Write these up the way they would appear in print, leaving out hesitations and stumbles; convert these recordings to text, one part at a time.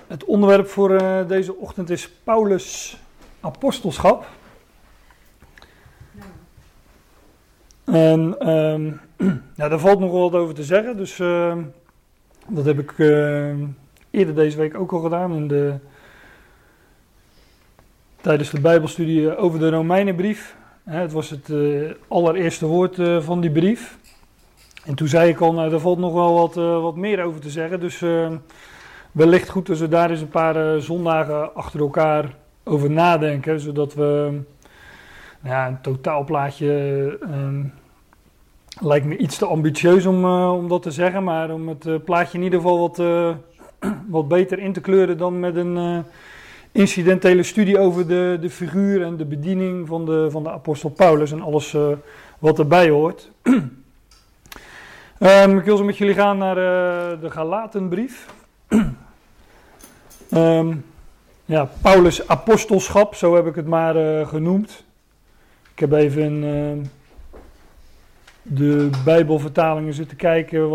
Het onderwerp voor deze ochtend is Paulus' apostelschap. En daar valt nog wel wat over te zeggen. Dus dat heb ik eerder deze week ook al gedaan. Tijdens de Bijbelstudie over de Romeinenbrief. Het was het allereerste woord van die brief. En toen zei ik al, nou, daar valt nog wel wat meer over te zeggen. Dus wellicht goed als we daar eens een paar zondagen achter elkaar over nadenken. Zodat we een totaalplaatje lijkt me iets te ambitieus om dat te zeggen. Maar om het plaatje in ieder geval wat beter in te kleuren dan met een incidentele studie over de figuur en de bediening van de apostel Paulus en alles wat erbij hoort. Ik wil zo met jullie gaan naar de Galatenbrief. Paulus' apostelschap, zo heb ik het maar genoemd. Ik heb even in de Bijbelvertalingen zitten kijken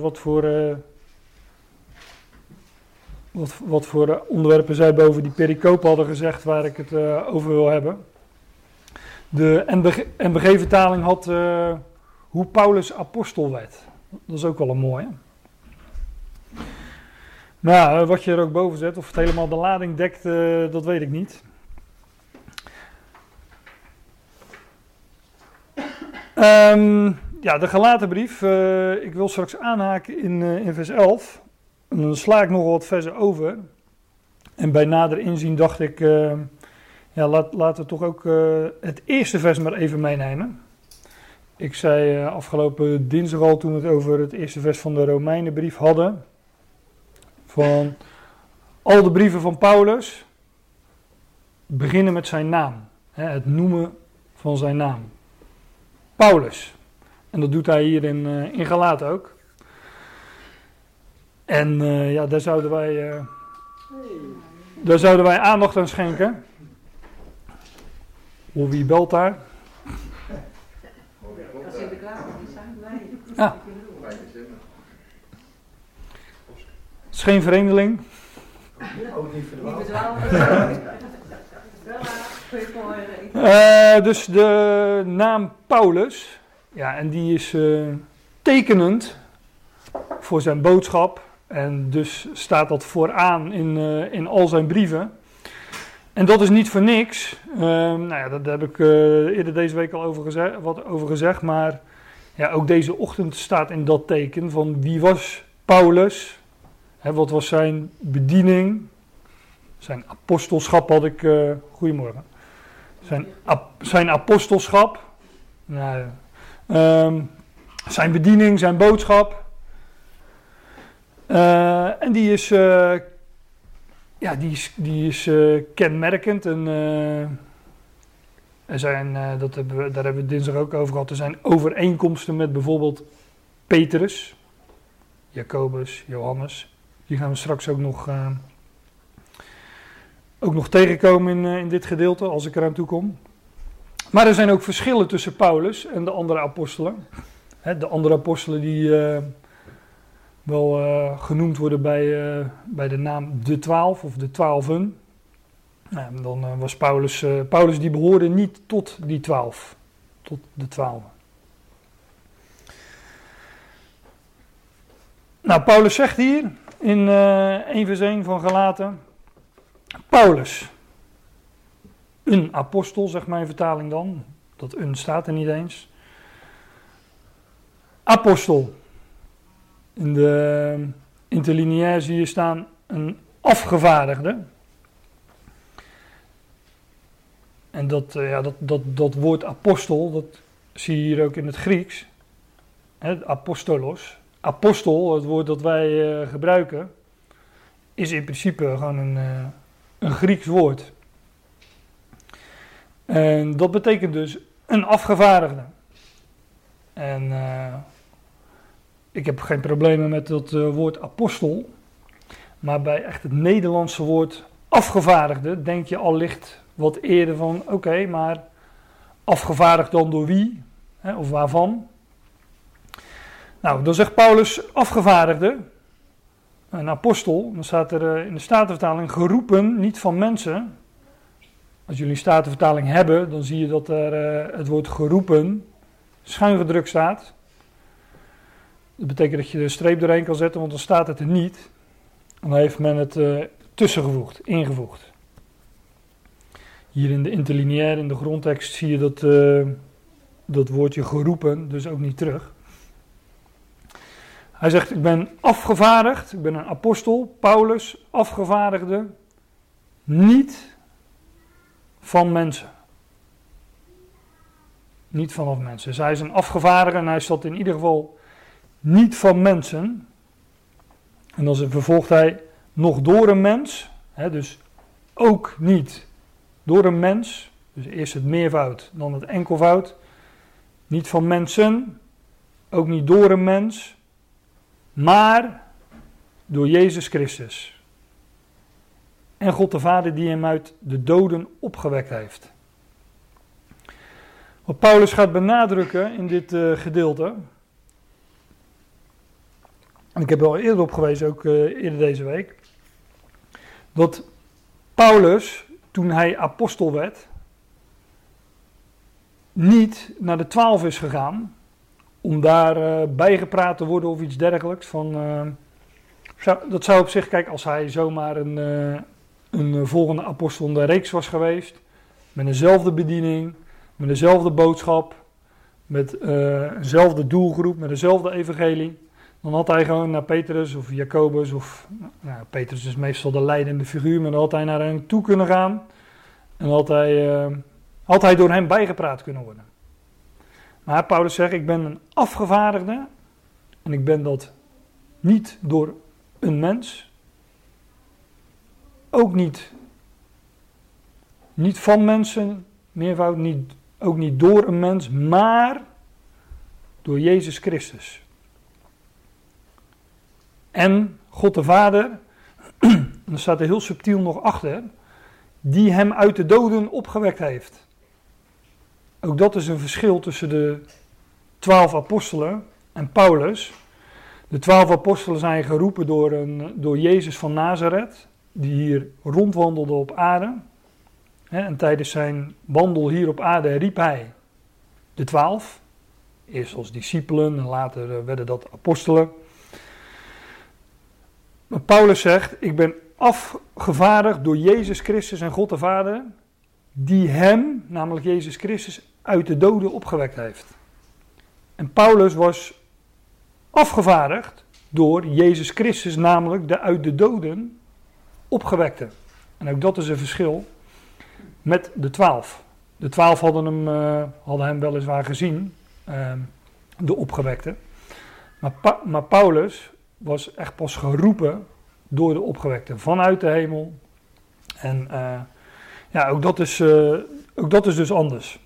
wat voor onderwerpen zij boven die pericoop hadden gezegd waar ik het over wil hebben. De NBG-vertaling had hoe Paulus apostel werd. Dat is ook wel een mooie. Nou, wat je er ook boven zet, of het helemaal de lading dekt, dat weet ik niet. De Galatenbrief. Ik wil straks aanhaken in vers 11. En dan sla ik nog wat versen over. En bij nader inzien dacht ik, laten we toch ook het eerste vers maar even meenemen. Ik zei afgelopen dinsdag al, toen we het over het eerste vers van de Romeinenbrief hadden, van al de brieven van Paulus beginnen met zijn naam. Het noemen van zijn naam. Paulus. En dat doet hij hier in Galaten ook. En daar zouden wij aandacht aan schenken. Of wie belt daar? Dat is Sinterklaas, die zijn wij. Ja. Het is geen vreemdeling. Ook niet verdwaald. Dus de naam Paulus, en die is tekenend voor zijn boodschap. En dus staat dat vooraan in al zijn brieven. En dat is niet voor niks. Daar heb ik eerder deze week al wat over gezegd. Maar ook deze ochtend staat in dat teken van wie was Paulus? Wat was zijn bediening? Zijn apostelschap had ik... goedemorgen. Zijn apostelschap. Zijn bediening, zijn boodschap. En die is kenmerkend. En daar hebben we dinsdag ook over gehad. Er zijn overeenkomsten met bijvoorbeeld Petrus, Jacobus, Johannes. Die gaan we straks ook nog tegenkomen in dit gedeelte, als ik eraan toe kom. Maar er zijn ook verschillen tussen Paulus en de andere apostelen. De andere apostelen die wel genoemd worden bij de naam de 12 of de 12'en. Dan was Paulus die behoorde niet tot die 12, tot de 12. Nou, Paulus zegt hier in 1 vers 1 van Galaten, Paulus, een apostel, zegt mijn vertaling dan. Dat een staat er niet eens. Apostel. In de interlineair zie je staan een afgevaardigde. En dat woord apostel, dat zie je hier ook in het Grieks. Apostolos. Apostel, het woord dat wij gebruiken, is in principe gewoon een Grieks woord. En dat betekent dus een afgevaardigde. En ik heb geen problemen met dat woord apostel. Maar bij echt het Nederlandse woord afgevaardigde denk je al licht wat eerder van oké, maar afgevaardigd dan door wie? Of waarvan? Nou, dan zegt Paulus afgevaardigde. een apostel, dan staat er in de Statenvertaling geroepen, niet van mensen. Als jullie een Statenvertaling hebben, dan zie je dat er het woord geroepen schuin gedrukt staat. Dat betekent dat je de streep doorheen kan zetten, want dan staat het er niet. En dan heeft men het tussengevoegd, ingevoegd. Hier in de interlineair, in de grondtekst, zie je dat woordje geroepen, dus ook niet terug. Hij zegt, ik ben afgevaardigd, ik ben een apostel, Paulus, afgevaardigde, niet van mensen. Niet vanaf mensen. Dus hij is een afgevaardigde en hij zat in ieder geval niet van mensen. En dan vervolgt hij nog door een mens, dus ook niet door een mens. Dus eerst het meervoud, dan het enkelvoud. Niet van mensen, ook niet door een mens, maar door Jezus Christus. En God de Vader die hem uit de doden opgewekt heeft. Wat Paulus gaat benadrukken in dit gedeelte, en ik heb er al eerder op gewezen, ook eerder deze week, dat Paulus, toen hij apostel werd, niet naar de 12 is gegaan, om daar bijgepraat te worden of iets dergelijks. Dat zou op zich, kijk, als hij zomaar een volgende apostel in de reeks was geweest, met dezelfde bediening, met dezelfde boodschap, met eenzelfde doelgroep, met dezelfde evangelie, dan had hij gewoon naar Petrus of Jacobus of, Petrus is meestal de leidende figuur, maar dan had hij naar hen toe kunnen gaan en had hij door hem bijgepraat kunnen worden. Maar Paulus zegt, ik ben een afgevaardigde en ik ben dat niet door een mens, ook niet van mensen, meervoud, ook niet door een mens, maar door Jezus Christus. En God de Vader, en er staat er heel subtiel nog achter, die hem uit de doden opgewekt heeft. Ook dat is een verschil tussen de 12 apostelen en Paulus. De 12 apostelen zijn geroepen door Jezus van Nazareth, die hier rondwandelde op aarde. En tijdens zijn wandel hier op aarde riep hij de 12. Eerst als discipelen en later werden dat apostelen. Maar Paulus zegt, ik ben afgevaardigd door Jezus Christus en God de Vader, die hem, namelijk Jezus Christus, uit de doden opgewekt heeft. En Paulus was afgevaardigd door Jezus Christus, namelijk de uit de doden opgewekte. En ook dat is een verschil met de 12. De 12 hadden hem weliswaar gezien, de opgewekte. Maar Paulus was echt pas geroepen door de opgewekte vanuit de hemel. En ook dat is dus anders.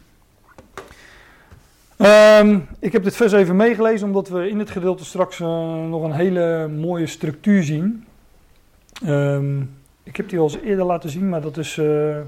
Ik heb dit vers even meegelezen, omdat we in het gedeelte straks nog een hele mooie structuur zien. Ik heb die al eens eerder laten zien, maar dat is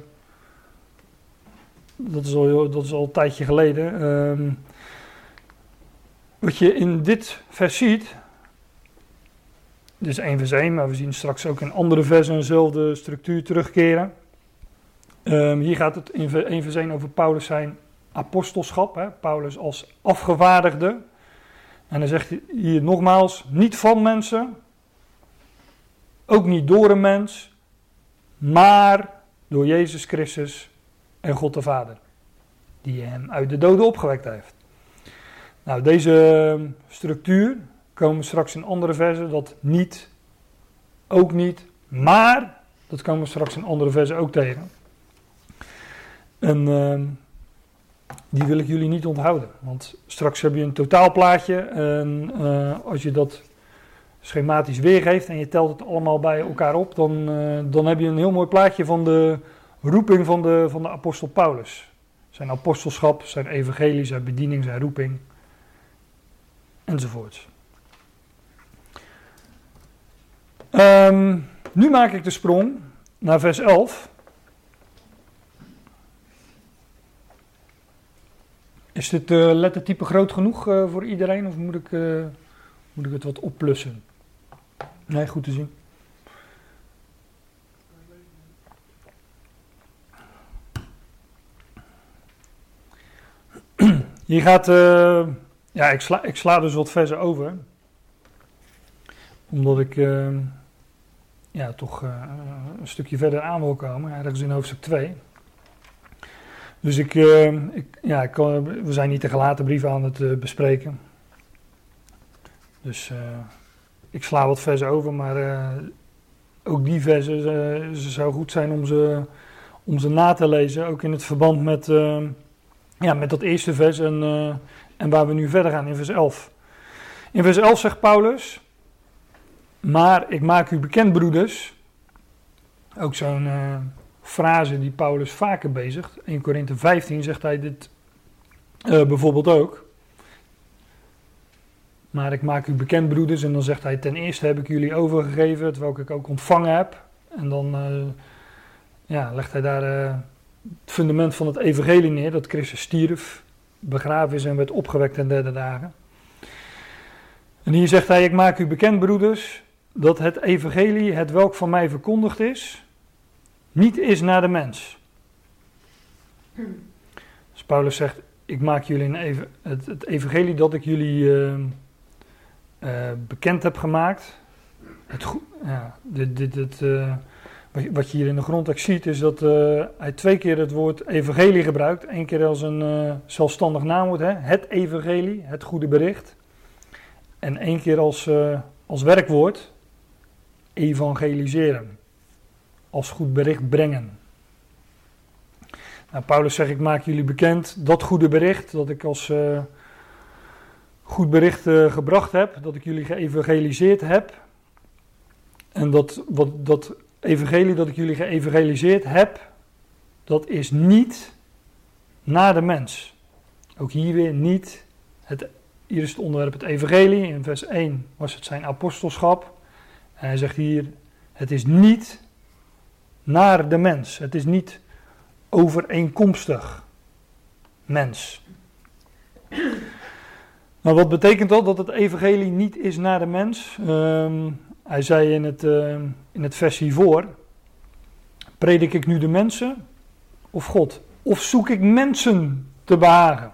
al een tijdje geleden. Wat je in dit vers ziet, dit is 1 vers 1, maar we zien straks ook in andere versen dezelfde structuur terugkeren. Hier gaat het in 1 vers 1 over Paulus zijn apostelschap, Paulus als afgevaardigde. En dan zegt hij hier nogmaals, niet van mensen, ook niet door een mens, maar door Jezus Christus en God de Vader, die hem uit de doden opgewekt heeft. Nou, deze structuur komen we straks in andere versen, dat niet, ook niet, maar, dat komen we straks in andere versen ook tegen. En die wil ik jullie niet onthouden, want straks heb je een totaalplaatje en als je dat schematisch weergeeft en je telt het allemaal bij elkaar op, dan heb je een heel mooi plaatje van de roeping van de apostel Paulus. Zijn apostelschap, zijn evangelie, zijn bediening, zijn roeping, enzovoorts. Nu maak ik de sprong naar vers 11. Is dit lettertype groot genoeg voor iedereen of moet ik het wat opplussen? Nee, goed te zien. Hier gaat, ik sla dus wat versen over. Omdat ik toch een stukje verder aan wil komen, ergens in hoofdstuk 2. Dus we zijn niet de gelaten brieven aan het bespreken. Dus ik sla wat versen over, maar ook die versen, ze zou goed zijn om ze na te lezen. Ook in het verband met dat eerste vers en waar we nu verder gaan in vers 11. In vers 11 zegt Paulus: maar ik maak u bekend, broeders. Ook zo'n frase die Paulus vaker bezigt. In Korinthe 15 zegt hij dit bijvoorbeeld ook. Maar ik maak u bekend, broeders. En dan zegt hij: ten eerste heb ik jullie overgegeven, hetwelk ik ook ontvangen heb. En dan legt hij daar het fundament van het evangelie neer. Dat Christus stierf, begraven is en werd opgewekt ten derde dagen. En hier zegt hij: ik maak u bekend, broeders, dat het evangelie, het welk van mij verkondigd is, niet is naar de mens. Dus Paulus zegt: ik maak jullie het evangelie dat ik jullie bekend heb gemaakt. Wat je hier in de grondtekst ziet is dat hij 2 keer het woord evangelie gebruikt. 1 keer als een zelfstandig naamwoord, het evangelie, het goede bericht. En 1 keer als werkwoord, evangeliseren. Als goed bericht brengen. Nou, Paulus zegt: ik maak jullie bekend dat goede bericht, dat ik als goed bericht gebracht heb, dat ik jullie geëvangeliseerd heb. En dat evangelie dat ik jullie geëvangeliseerd heb, dat is niet naar de mens. Ook hier weer niet. Hier is het onderwerp het evangelie. In vers 1 was het zijn apostelschap. En hij zegt hier: het is niet naar de mens. Het is niet overeenkomstig mens. Nou, wat betekent dat het evangelie niet is naar de mens? Hij zei in het vers hiervoor: predik ik nu de mensen of God? Of zoek ik mensen te behagen?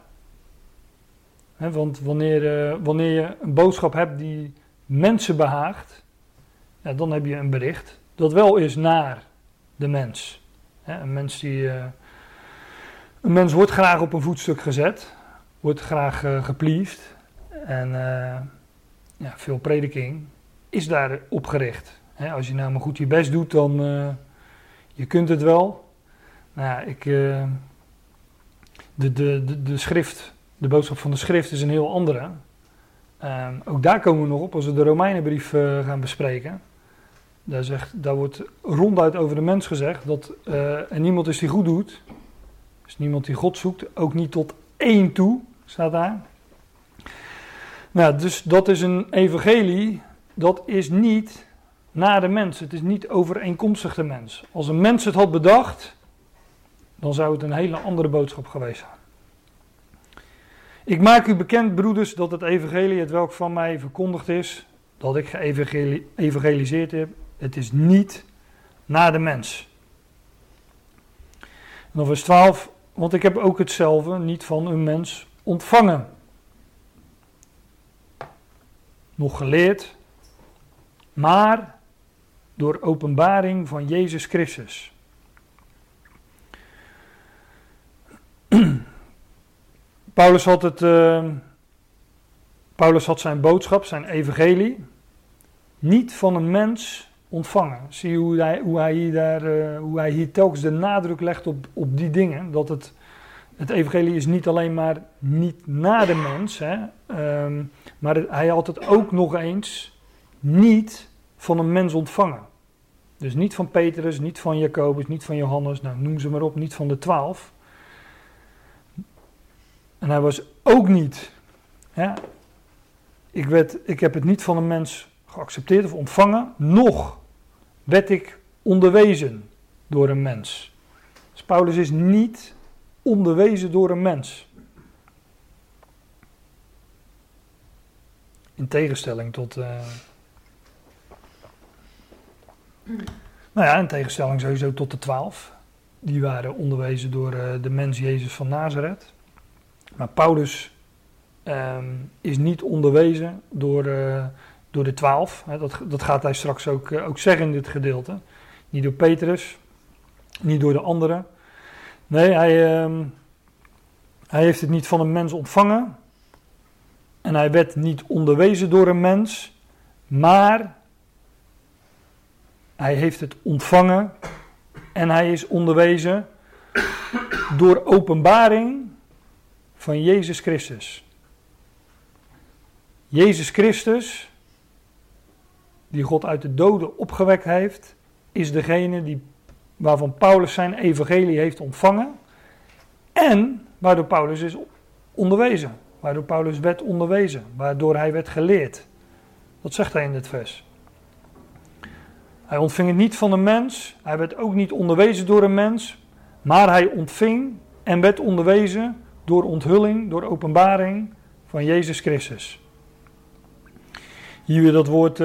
Want wanneer je een boodschap hebt die mensen behaagt, dan heb je een bericht dat wel is naar de mens. Een mens wordt graag op een voetstuk gezet, wordt graag gepleased. En veel prediking is daarop gericht. Als je nou maar goed je best doet, dan je kunt het wel. De schrift, de boodschap van de schrift is een heel andere. Ook daar komen we nog op als we de Romeinenbrief gaan bespreken. Daar wordt ronduit over de mens gezegd dat er niemand is die goed doet. Dus niemand die God zoekt, ook niet tot één toe, staat daar. Nou, dus dat is een evangelie, dat is niet naar de mens. Het is niet overeenkomstig de mens. Als een mens het had bedacht, dan zou het een hele andere boodschap geweest zijn. Ik maak u bekend, broeders, dat het evangelie, het welk van mij verkondigd is, dat ik geëvangeliseerd heb, het is niet naar de mens. En dan vers 12, want ik heb ook hetzelfde niet van een mens ontvangen. Nog geleerd, maar door openbaring van Jezus Christus. Paulus had zijn boodschap, zijn evangelie, niet van een mens ontvangen. Zie je hoe hij hier telkens de nadruk legt op die dingen. Dat het evangelie is niet alleen maar niet naar de mens, maar hij had het ook nog eens niet van een mens ontvangen. Dus niet van Petrus, niet van Jacobus, niet van Johannes, noem ze maar op, niet van de 12. En hij was ook niet, ik heb het niet van een mens geaccepteerd of ontvangen, nog werd ik onderwezen door een mens. Dus Paulus is niet onderwezen door een mens. In tegenstelling tot Nou ja, in tegenstelling sowieso tot de 12. Die waren onderwezen door de mens Jezus van Nazareth. Maar Paulus is niet onderwezen door de 12. Dat gaat hij straks ook zeggen in dit gedeelte. Niet door Petrus, niet door de anderen. Nee, hij heeft het niet van een mens ontvangen. En hij werd niet onderwezen door een mens. Maar hij heeft het ontvangen. En hij is onderwezen door openbaring van Jezus Christus. Jezus Christus, die God uit de doden opgewekt heeft, is degene waarvan Paulus zijn evangelie heeft ontvangen. En waardoor Paulus is onderwezen. Waardoor Paulus werd onderwezen. Waardoor hij werd geleerd. Dat zegt hij in dit vers. Hij ontving het niet van een mens. Hij werd ook niet onderwezen door een mens. Maar hij ontving en werd onderwezen door onthulling, door openbaring van Jezus Christus. Hier weer dat woord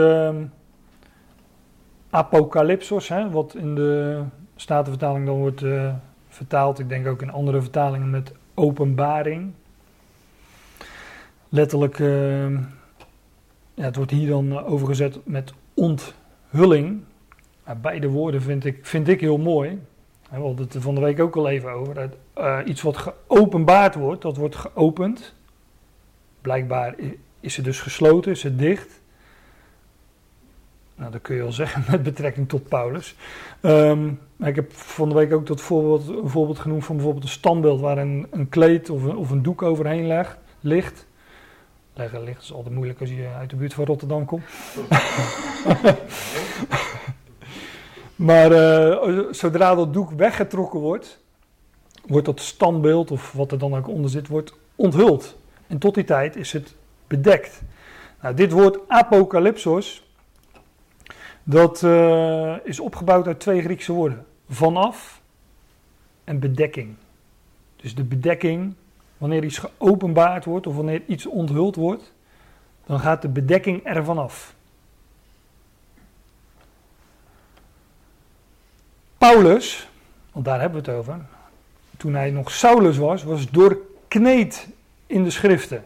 apocalypsos, wat in de Statenvertaling dan wordt vertaald. Ik denk ook in andere vertalingen met openbaring. Letterlijk, het wordt hier dan overgezet met onthulling. Beide woorden vind ik heel mooi. We hadden het er van de week ook al even over. Iets wat geopenbaard wordt, dat wordt geopend. Blijkbaar is het dus gesloten, is het dicht. Nou, dat kun je wel zeggen met betrekking tot Paulus. Ik heb van de week ook een voorbeeld genoemd van bijvoorbeeld een standbeeld waar een kleed of een doek overheen ligt. Leggen ligt is altijd moeilijk als je uit de buurt van Rotterdam komt. Maar zodra dat doek weggetrokken wordt dat standbeeld of wat er dan ook onder zit, wordt onthuld. En tot die tijd is het bedekt. Nou, dit woord apocalypsos, dat is opgebouwd uit 2 Griekse woorden. Vanaf en bedekking. Dus de bedekking, wanneer iets geopenbaard wordt of wanneer iets onthuld wordt, dan gaat de bedekking ervan af. Paulus, want daar hebben we het over, toen hij nog Saulus was doorkneed in de schriften.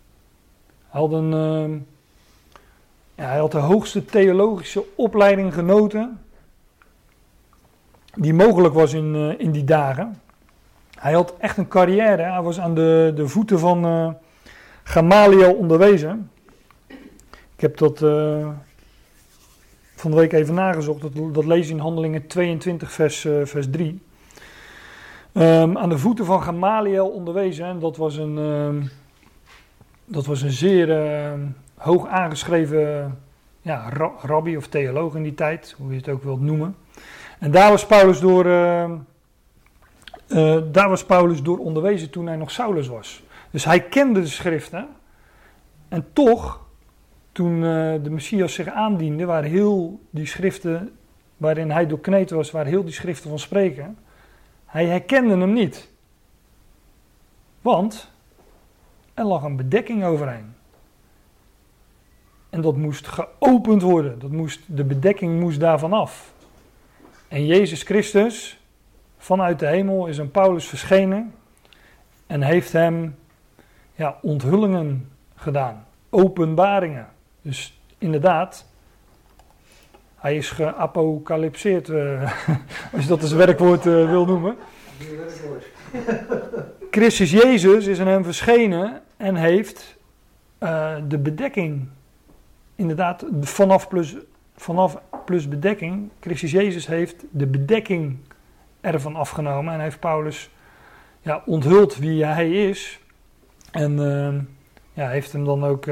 Hij had de hoogste theologische opleiding genoten die mogelijk was in die dagen. Hij had echt een carrière. Hij was aan de voeten van Gamaliel onderwezen. Ik heb dat van de week even nagezocht. Dat lees je in Handelingen 22 vers 3. Aan de voeten van Gamaliel onderwezen. En dat was een zeer hoog aangeschreven rabbi of theoloog in die tijd. Hoe je het ook wilt noemen. En daar was Paulus door onderwezen toen hij nog Saulus was. Dus hij kende de schriften. En toch, toen de Messias zich aandiende, waar heel die schriften, waarin hij doorkneed was, waar heel die schriften van spreken, hij herkende hem niet. Want er lag een bedekking overheen. En dat moest geopend worden. De bedekking moest daarvan af. En Jezus Christus, vanuit de hemel, is aan Paulus verschenen en heeft hem onthullingen gedaan. Openbaringen. Dus inderdaad, hij is geapocalypseerd, als je dat als werkwoord wil noemen. Christus Jezus is aan hem verschenen en heeft de bedekking, inderdaad, vanaf plus bedekking. Christus Jezus heeft de bedekking ervan afgenomen en heeft Paulus onthuld wie hij is. En heeft hem dan ook,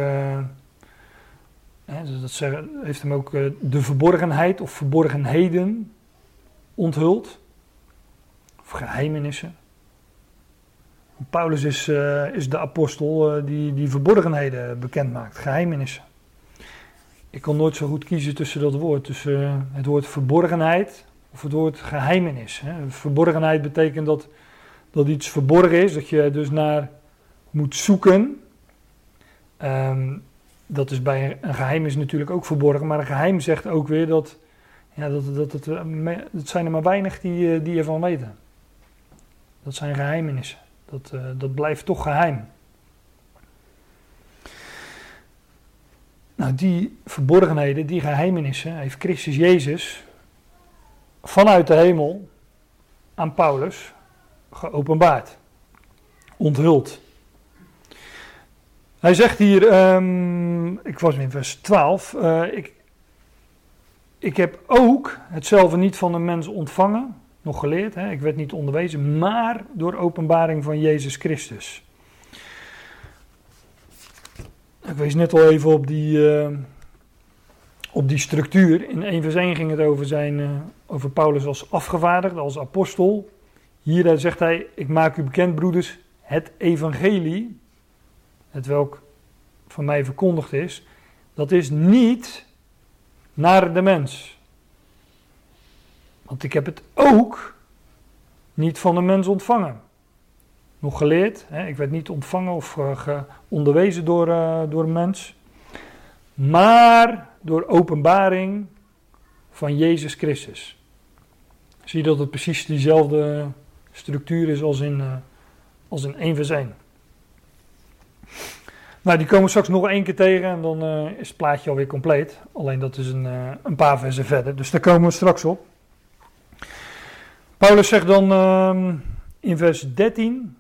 heeft hem ook de verborgenheid of verborgenheden onthuld. Of geheimenissen. Paulus is de apostel die verborgenheden bekend maakt, geheimenissen. Ik kon nooit zo goed kiezen tussen dat woord, tussen het woord verborgenheid of het woord geheimenis. Verborgenheid betekent dat iets verborgen is, dat je dus naar moet zoeken. Dat is bij een geheim is natuurlijk ook verborgen, maar een geheim zegt ook weer dat Ja, dat zijn er maar weinig die ervan weten. Dat zijn geheimenissen. Dat blijft toch geheim. Nou, die verborgenheden, die geheimenissen, heeft Christus Jezus vanuit de hemel aan Paulus geopenbaard. Onthuld. Hij zegt hier, ik was in vers 12, ik heb ook hetzelfde niet van een mens ontvangen, nog geleerd, ik werd niet onderwezen, maar door openbaring van Jezus Christus. Ik wees net al even op die structuur. In 1 vers 1 ging het over Paulus als afgevaardigde, als apostel. Hier zegt hij, ik maak u bekend, broeders, het evangelie, het welk van mij verkondigd is, dat is niet naar de mens. Want ik heb het ook niet van de mens ontvangen. Nog geleerd, ik werd niet ontvangen of onderwezen door een mens, maar door openbaring van Jezus Christus. Zie je dat het precies diezelfde structuur is als in 1 vers 1. Nou, die komen we straks nog 1 keer tegen en dan is het plaatje alweer compleet. Alleen dat is een paar versen verder, dus daar komen we straks op. Paulus zegt dan in vers 13...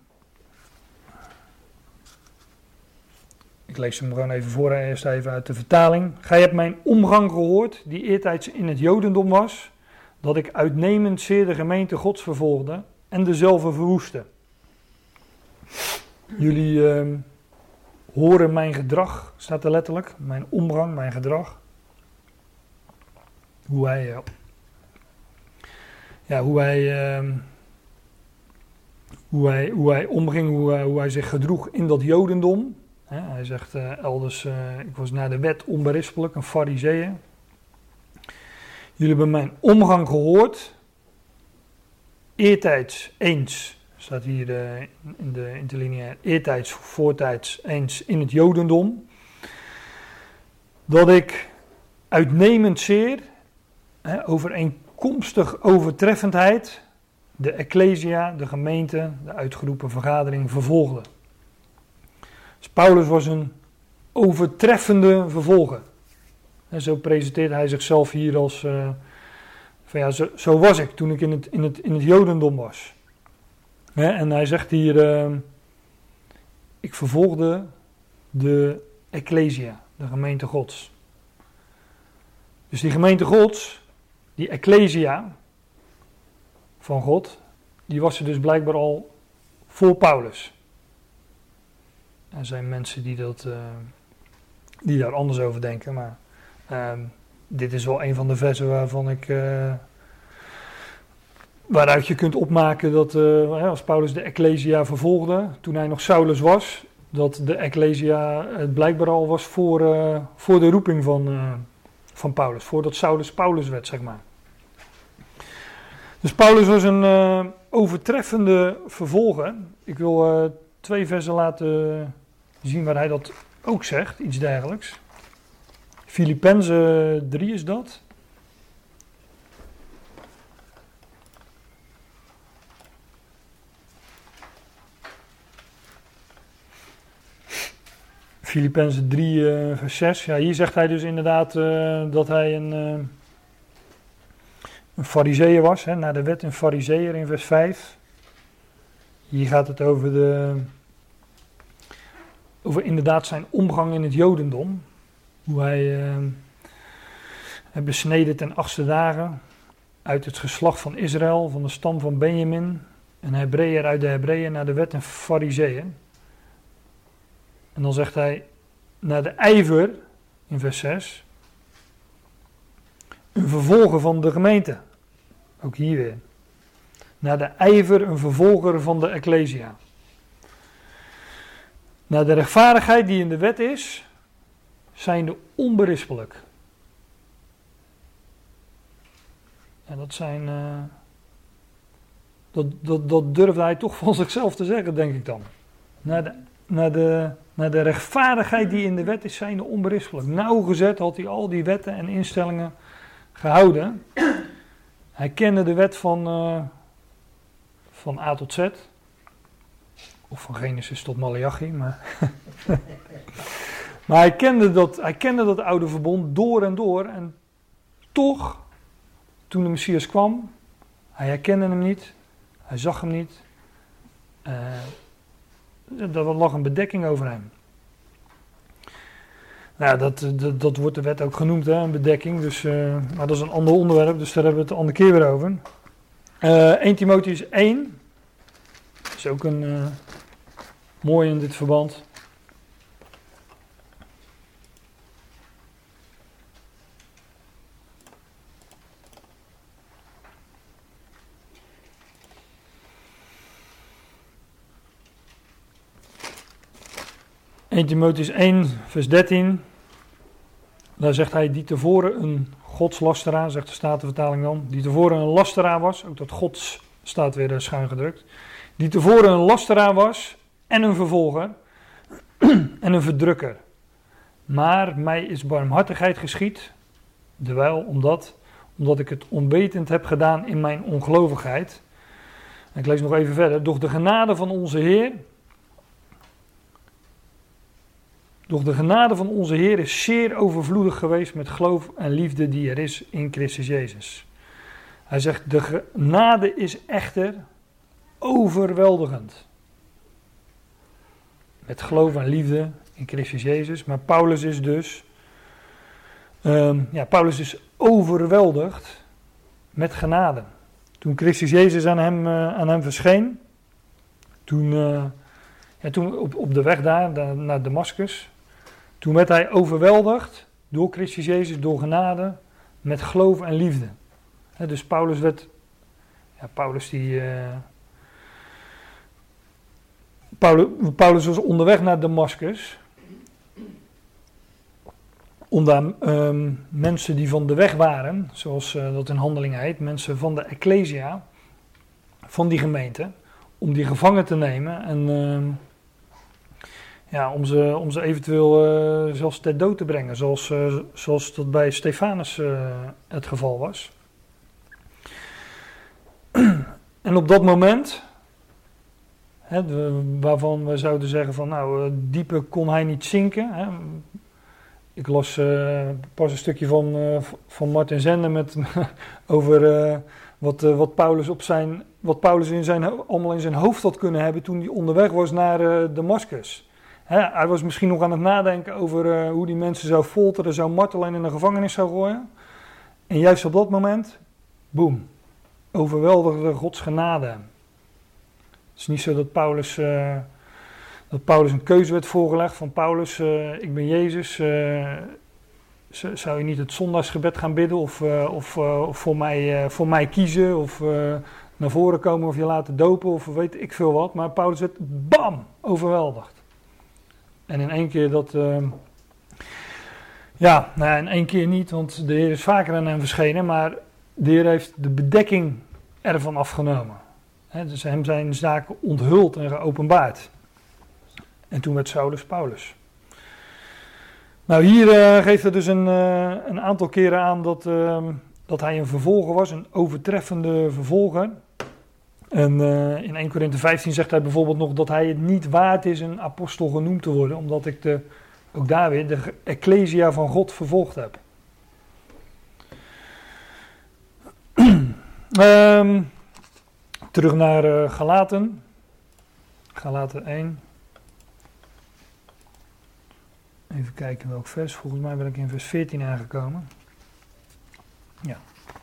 Ik lees hem gewoon even voor, eerst even uit de vertaling. Gij hebt mijn omgang gehoord, die eertijds in het Jodendom was, dat ik uitnemend zeer de gemeente Gods vervolgde en dezelfde verwoestte. Jullie horen mijn gedrag, staat er letterlijk, mijn omgang, mijn gedrag. Hoe hij omging, hoe hij zich gedroeg in dat Jodendom. Hij zegt elders, ik was naar de wet onberispelijk, een farizeeën. Jullie hebben mijn omgang gehoord, eertijds eens, staat hier in de interlineair, eertijds, voortijds, eens in het Jodendom. Dat ik uitnemend zeer, overeenkomstig overtreffendheid, de ecclesia, de gemeente, de uitgeroepen vergadering vervolgde. Dus Paulus was een overtreffende vervolger. En zo presenteert hij zichzelf hier als, zo was ik toen ik in het Jodendom was. En hij zegt hier, ik vervolgde de ecclesia, de gemeente Gods. Dus die gemeente Gods, die ecclesia van God, die was er dus blijkbaar al voor Paulus. Er zijn mensen die daar anders over denken, maar dit is wel een van de versen waaruit je kunt opmaken dat als Paulus de ecclesia vervolgde, toen hij nog Saulus was, dat de ecclesia het blijkbaar al was voor de roeping van Paulus, voordat Saulus Paulus werd, zeg maar. Dus Paulus was een overtreffende vervolger. Ik wil 2 versen laten zien waar hij dat ook zegt, iets dergelijks. Filippenzen 3 is dat. Filippenzen 3 vers 6. Ja, hier zegt hij dus inderdaad dat hij een farizeeër was, naar de wet een farizeeër in vers 5. Hier gaat het over inderdaad zijn omgang in het Jodendom. Hoe hij besneden ten 8e dagen uit het geslacht van Israël, van de stam van Benjamin. Een Hebreeër uit de Hebreeën naar de wet een farizeeër. En dan zegt hij, naar de ijver, in vers 6, een vervolger van de gemeente. Ook hier weer. Naar de ijver, een vervolger van de ecclesia. Naar de rechtvaardigheid die in de wet is, zijnde onberispelijk. En dat zijn... Dat durfde hij toch van zichzelf te zeggen, denk ik dan. Naar de rechtvaardigheid die in de wet is, zijnde onberispelijk. Nauwgezet had hij al die wetten en instellingen gehouden. Hij kende de wet van A tot Z. Of van Genesis tot Maleachi. Maar, maar hij kende dat oude verbond door en door. En toch, toen de Messias kwam, hij herkende hem niet. Hij zag hem niet. Er lag een bedekking over hem. Nou, dat wordt de wet ook genoemd, hè, een bedekking. Dus, maar dat is een ander onderwerp, dus daar hebben we het de andere keer weer over. 1 Timotheüs 1. Dat is ook een mooi in dit verband. Timotheüs 1 vers 13. Daar zegt hij, die tevoren een godslasteraar, zegt de Statenvertaling dan, die tevoren een lasteraar was, ook dat gods staat weer schuin gedrukt, die tevoren een lasteraar was en een vervolger en een verdrukker. Maar mij is barmhartigheid geschied, terwijl omdat ik het onwetend heb gedaan in mijn ongelovigheid. En ik lees nog even verder. Doch de genade van onze Heer is zeer overvloedig geweest met geloof en liefde die er is in Christus Jezus. Hij zegt, de genade is echter overweldigend. Met geloof en liefde in Christus Jezus. Maar Paulus is dus, Paulus is overweldigd met genade. Toen Christus Jezus aan hem verscheen, toen op de weg daar naar Damascus, toen werd hij overweldigd door Christus Jezus, door genade, met geloof en liefde. Dus Paulus was onderweg naar Damascus, om daar mensen die van de weg waren, zoals dat in Handelingen heet, mensen van de Ecclesia, van die gemeente, om die gevangen te nemen en om ze eventueel zelfs ter dood te brengen, zoals dat bij Stefanus het geval was. En op dat moment, waarvan we zouden zeggen van dieper kon hij niet zinken. Ik las pas een stukje van Martin Zender over wat Paulus allemaal in zijn hoofd had kunnen hebben toen hij onderweg was naar Damascus. Hij was misschien nog aan het nadenken over hoe die mensen zou folteren, zou martelen en in de gevangenis zou gooien. En juist op dat moment, boem, overweldigde Gods genade. Het is niet zo dat Paulus een keuze werd voorgelegd van Paulus, ik ben Jezus, zou je niet het zondagsgebed gaan bidden of voor mij kiezen of naar voren komen of je laten dopen of weet ik veel wat. Maar Paulus werd bam, overweldigd. En in één keer in één keer niet, want de Heer is vaker aan hem verschenen, maar de Heer heeft de bedekking ervan afgenomen. Dus hem zijn zaken onthuld en geopenbaard. En toen werd Saulus Paulus. Nou, hier geeft hij dus een aantal keren aan dat hij een vervolger was, een overtreffende vervolger. En in 1 Korinthe 15 zegt hij bijvoorbeeld nog dat hij het niet waard is een apostel genoemd te worden, omdat ik ook daar weer de Ecclesia van God vervolgd heb. Terug naar Galaten. Galaten 1. Even kijken welk vers. Volgens mij ben ik in vers 14 aangekomen. Ja.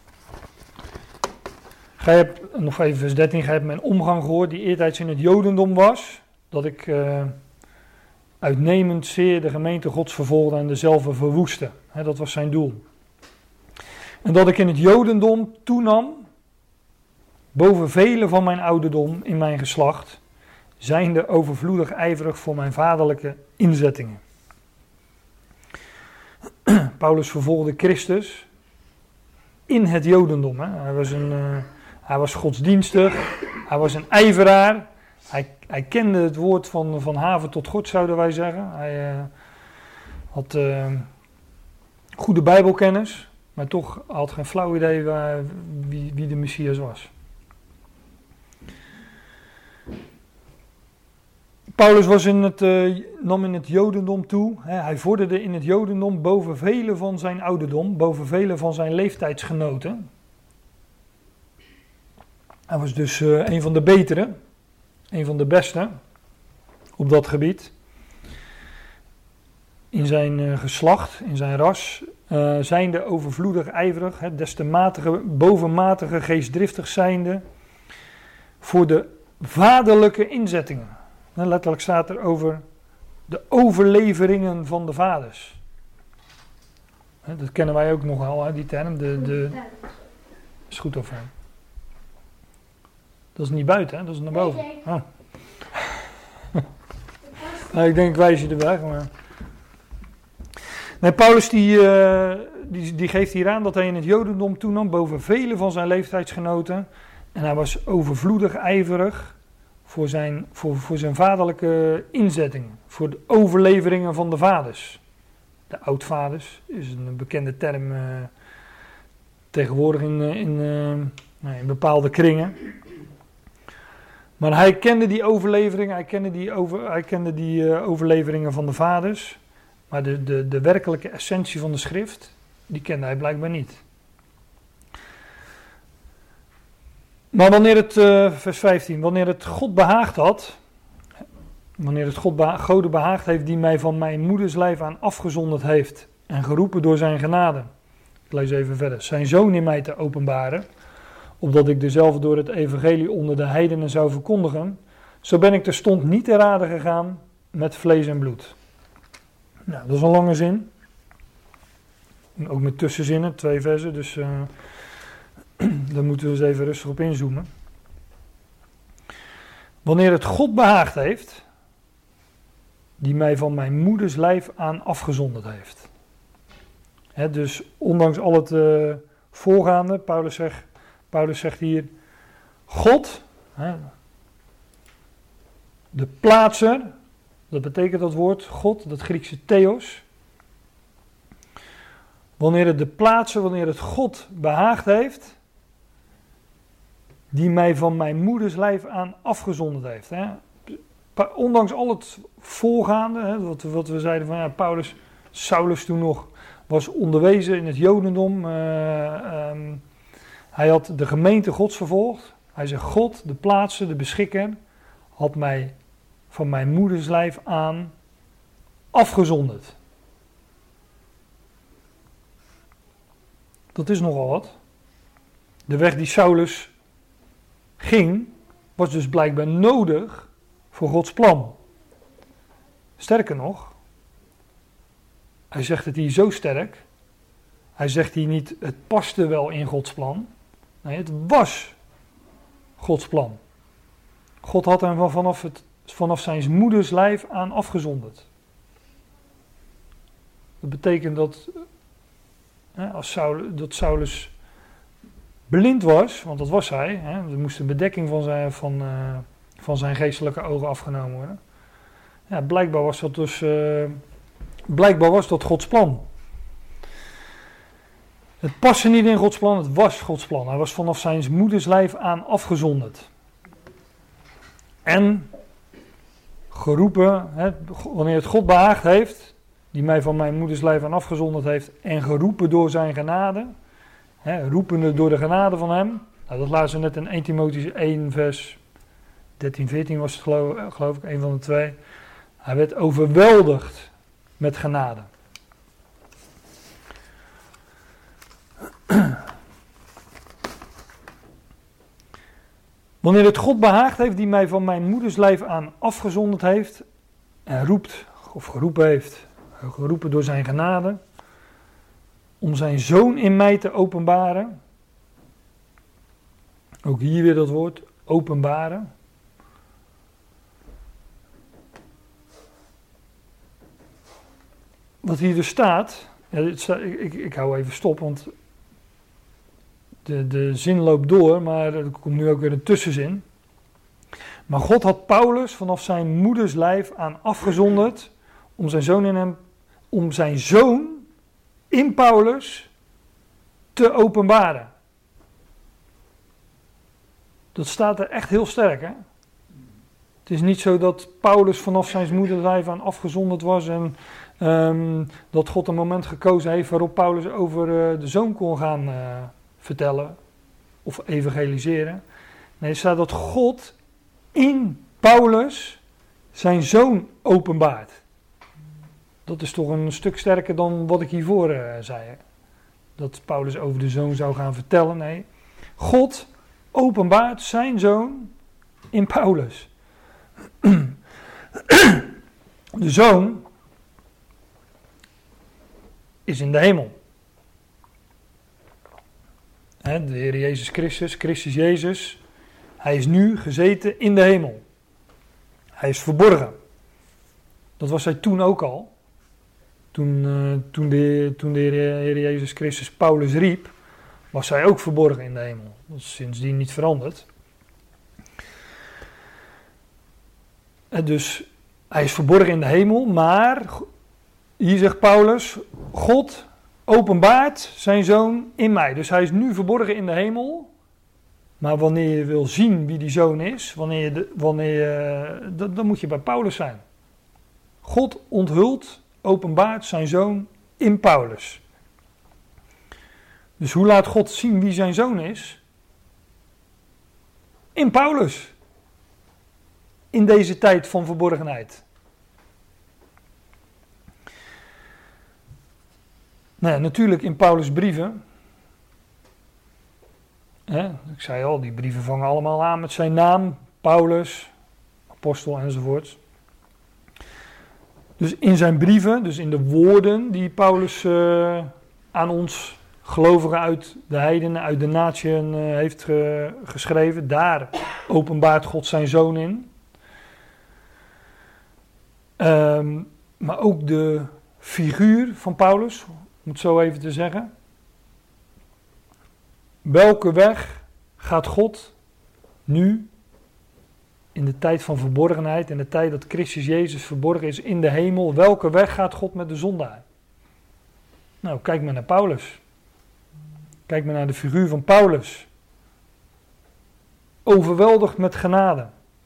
Gij hebt, nog even vers 13. Gij hebt mijn omgang gehoord die eertijds in het Jodendom was. Dat ik uitnemend zeer de gemeente Gods vervolgde en dezelfde verwoestte. Dat was zijn doel. En dat ik in het Jodendom toenam, boven vele van mijn ouderdom in mijn geslacht, zijnde overvloedig ijverig voor mijn vaderlijke inzettingen. Paulus vervolgde Christus in het Jodendom. Hij was godsdienstig, hij was een ijveraar, hij kende het woord van haven tot God, zouden wij zeggen. Hij had goede bijbelkennis. Maar toch had geen flauw idee wie de Messias was. Paulus nam in het Jodendom toe. Hij vorderde in het Jodendom boven vele van zijn ouderdom, boven vele van zijn leeftijdsgenoten. Hij was dus een van de betere, een van de beste op dat gebied. In zijn geslacht, in zijn ras, zijnde overvloedig ijverig, des te bovenmatige geestdriftig zijnde, voor de vaderlijke inzettingen. Letterlijk staat er over de overleveringen van de vaders. Dat kennen wij ook nogal, die term. Is goed of hem. Dat is niet buiten, dat is naar boven. Oh. Nou, ik denk, ik wijs je de weg, maar... Nee, Paulus die geeft hier aan dat hij in het Jodendom toenam boven vele van zijn leeftijdsgenoten. En hij was overvloedig ijverig voor zijn vaderlijke inzettingen. Voor de overleveringen van de vaders. De oudvaders is een bekende term tegenwoordig in bepaalde kringen. Maar hij kende die overleveringen, hij kende die overleveringen van de vaders. Maar de werkelijke essentie van de schrift, die kende hij blijkbaar niet. Maar wanneer het, vers 15, wanneer het God behaagd had, wanneer het Gode behaagd heeft die mij van mijn moeders lijf aan afgezonderd heeft en geroepen door zijn genade. Ik lees even verder. Zijn zoon in mij te openbaren, opdat ik dezelfde door het evangelie onder de heidenen zou verkondigen, zo ben ik terstond niet te rade gegaan met vlees en bloed. Nou, dat is een lange zin. Ook met tussenzinnen, 2 versen, dus daar moeten we eens even rustig op inzoomen. Wanneer het God behaagd heeft, die mij van mijn moeders lijf aan afgezonderd heeft. Dus ondanks al het voorgaande, Paulus zegt hier, God, de plaatser, dat betekent dat woord, God, dat Griekse theos. Wanneer het God behaagd heeft, die mij van mijn moeders lijf aan afgezonderd heeft. Ondanks al het voorgaande, wat we zeiden van Saulus toen nog was onderwezen in het Jodendom. Hij had de gemeente Gods vervolgd. Hij zegt, God, de plaatser, de beschikker, had mij van mijn moeders lijf aan afgezonderd. Dat is nogal wat. De weg die Saulus ging, was dus blijkbaar nodig voor Gods plan. Sterker nog, hij zegt het hier zo sterk. Hij zegt hier niet, het paste wel in Gods plan. Nee, het was Gods plan. God had hem vanaf zijn moeders lijf aan afgezonderd. Dat betekent dat Saulus blind was, want dat was hij. Er moest een bedekking van zijn geestelijke ogen afgenomen worden. Ja, blijkbaar was dat Gods plan. Het paste niet in Gods plan, het was Gods plan. Hij was vanaf zijn moeders lijf aan afgezonderd. En geroepen, wanneer het God behaagd heeft, die mij van mijn moeders lijf aan afgezonderd heeft, en geroepen door zijn genade, roepende door de genade van hem. Nou, dat lazen we net in 1 Timotheüs 1 vers 13, 14 was het geloof ik, een van de 2. Hij werd overweldigd met genade. Wanneer het God behaagd heeft, die mij van mijn moeders lijf aan afgezonderd heeft, en roept, of geroepen heeft, geroepen door zijn genade, om zijn zoon in mij te openbaren. Ook hier weer dat woord, openbaren. Wat hier dus staat, ik hou even stop, want de zin loopt door, maar er komt nu ook weer een tussenzin. Maar God had Paulus vanaf zijn moeders lijf aan afgezonderd om zijn zoon in Paulus te openbaren. Dat staat er echt heel sterk, hè? Het is niet zo dat Paulus vanaf zijn moederlijf aan afgezonderd was en dat God een moment gekozen heeft waarop Paulus over de zoon kon gaan vertellen of evangeliseren. Nee, er staat dat God in Paulus zijn zoon openbaart. Dat is toch een stuk sterker dan wat ik hiervoor zei. Hè? Dat Paulus over de zoon zou gaan vertellen. Nee, God openbaart zijn zoon in Paulus. De zoon is in de hemel. De Heer Jezus Christus, Christus Jezus, hij is nu gezeten in de hemel. Hij is verborgen. Dat was hij toen ook al. Toen de Heer Jezus Christus Paulus riep, was hij ook verborgen in de hemel. Dat is sindsdien niet veranderd. Dus hij is verborgen in de hemel, maar hier zegt Paulus, God openbaart zijn zoon in mij. Dus hij is nu verborgen in de hemel, maar wanneer je wil zien wie die zoon is, dan moet je bij Paulus zijn. God onthult, openbaart zijn zoon in Paulus. Dus hoe laat God zien wie zijn zoon is? In Paulus. In deze tijd van verborgenheid. Nou ja, natuurlijk in Paulus' brieven. Ik zei al, die brieven vangen allemaal aan met zijn naam. Paulus, apostel enzovoort. Dus in zijn brieven, dus in de woorden die Paulus aan ons gelovigen uit de heidenen, uit de natieën heeft geschreven. Daar openbaart God zijn zoon in. Maar ook de figuur van Paulus, om het zo even te zeggen. Welke weg gaat God nu, in de tijd van verborgenheid, in de tijd dat Christus Jezus verborgen is in de hemel, welke weg gaat God met de zondaar? Nou, kijk maar naar Paulus. Kijk maar naar de figuur van Paulus. Overweldigd met genade.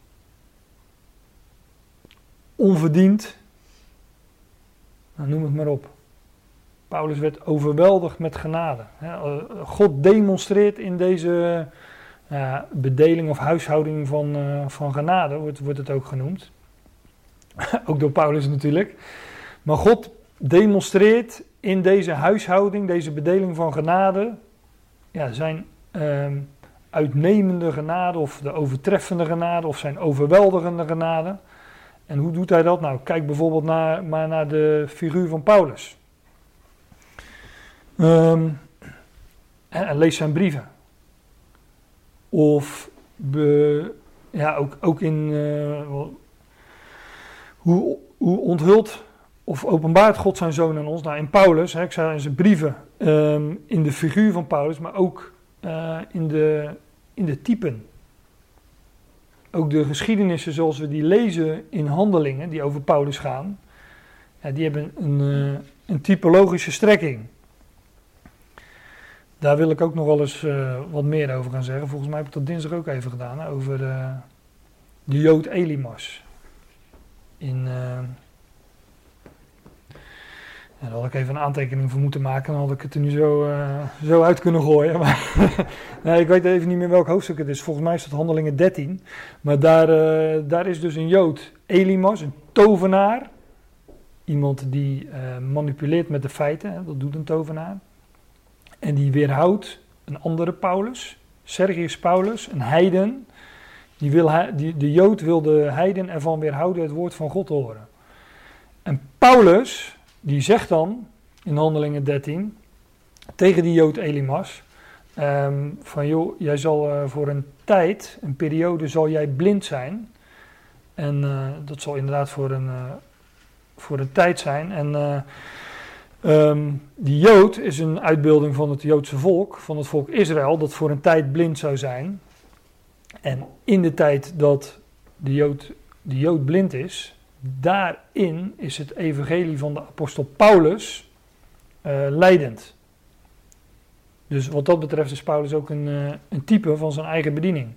Onverdiend. Nou, noem het maar op. Paulus werd overweldigd met genade. God demonstreert in deze bedeling of huishouding van genade, wordt het ook genoemd. Ook door Paulus natuurlijk. Maar God demonstreert in deze huishouding, deze bedeling van genade, zijn uitnemende genade of de overtreffende genade of zijn overweldigende genade. En hoe doet hij dat? Nou, kijk bijvoorbeeld naar de figuur van Paulus. En lees zijn brieven. Of ook in hoe onthult of openbaart God zijn zoon aan ons? Nou, in Paulus, ik zei in zijn brieven, in de figuur van Paulus, maar ook in de typen. Ook de geschiedenissen zoals we die lezen in Handelingen, die over Paulus gaan, die hebben een typologische strekking. Daar wil ik ook nog wel eens wat meer over gaan zeggen. Volgens mij heb ik dat dinsdag ook even gedaan, over de Jood Elimas. Daar had ik even een aantekening voor moeten maken, dan had ik het er nu zo uit kunnen gooien. Maar nee, ik weet even niet meer welk hoofdstuk het is. Volgens mij is het Handelingen 13. Maar daar is dus een Jood, Elimas, een tovenaar. Iemand die manipuleert met de feiten, dat doet een tovenaar. En die weerhoudt een andere Paulus, Sergius Paulus, een heiden. De Jood wil de heiden ervan weerhouden het woord van God te horen. En Paulus, die zegt dan in Handelingen 13 tegen die Jood Elimas, van joh, jij zal voor een periode zal jij blind zijn. En dat zal inderdaad voor een tijd zijn. En die Jood is een uitbeelding van het Joodse volk, van het volk Israël, dat voor een tijd blind zou zijn. En in de tijd dat de Jood blind is, daarin is het evangelie van de apostel Paulus leidend. Dus wat dat betreft is Paulus ook een type van zijn eigen bediening.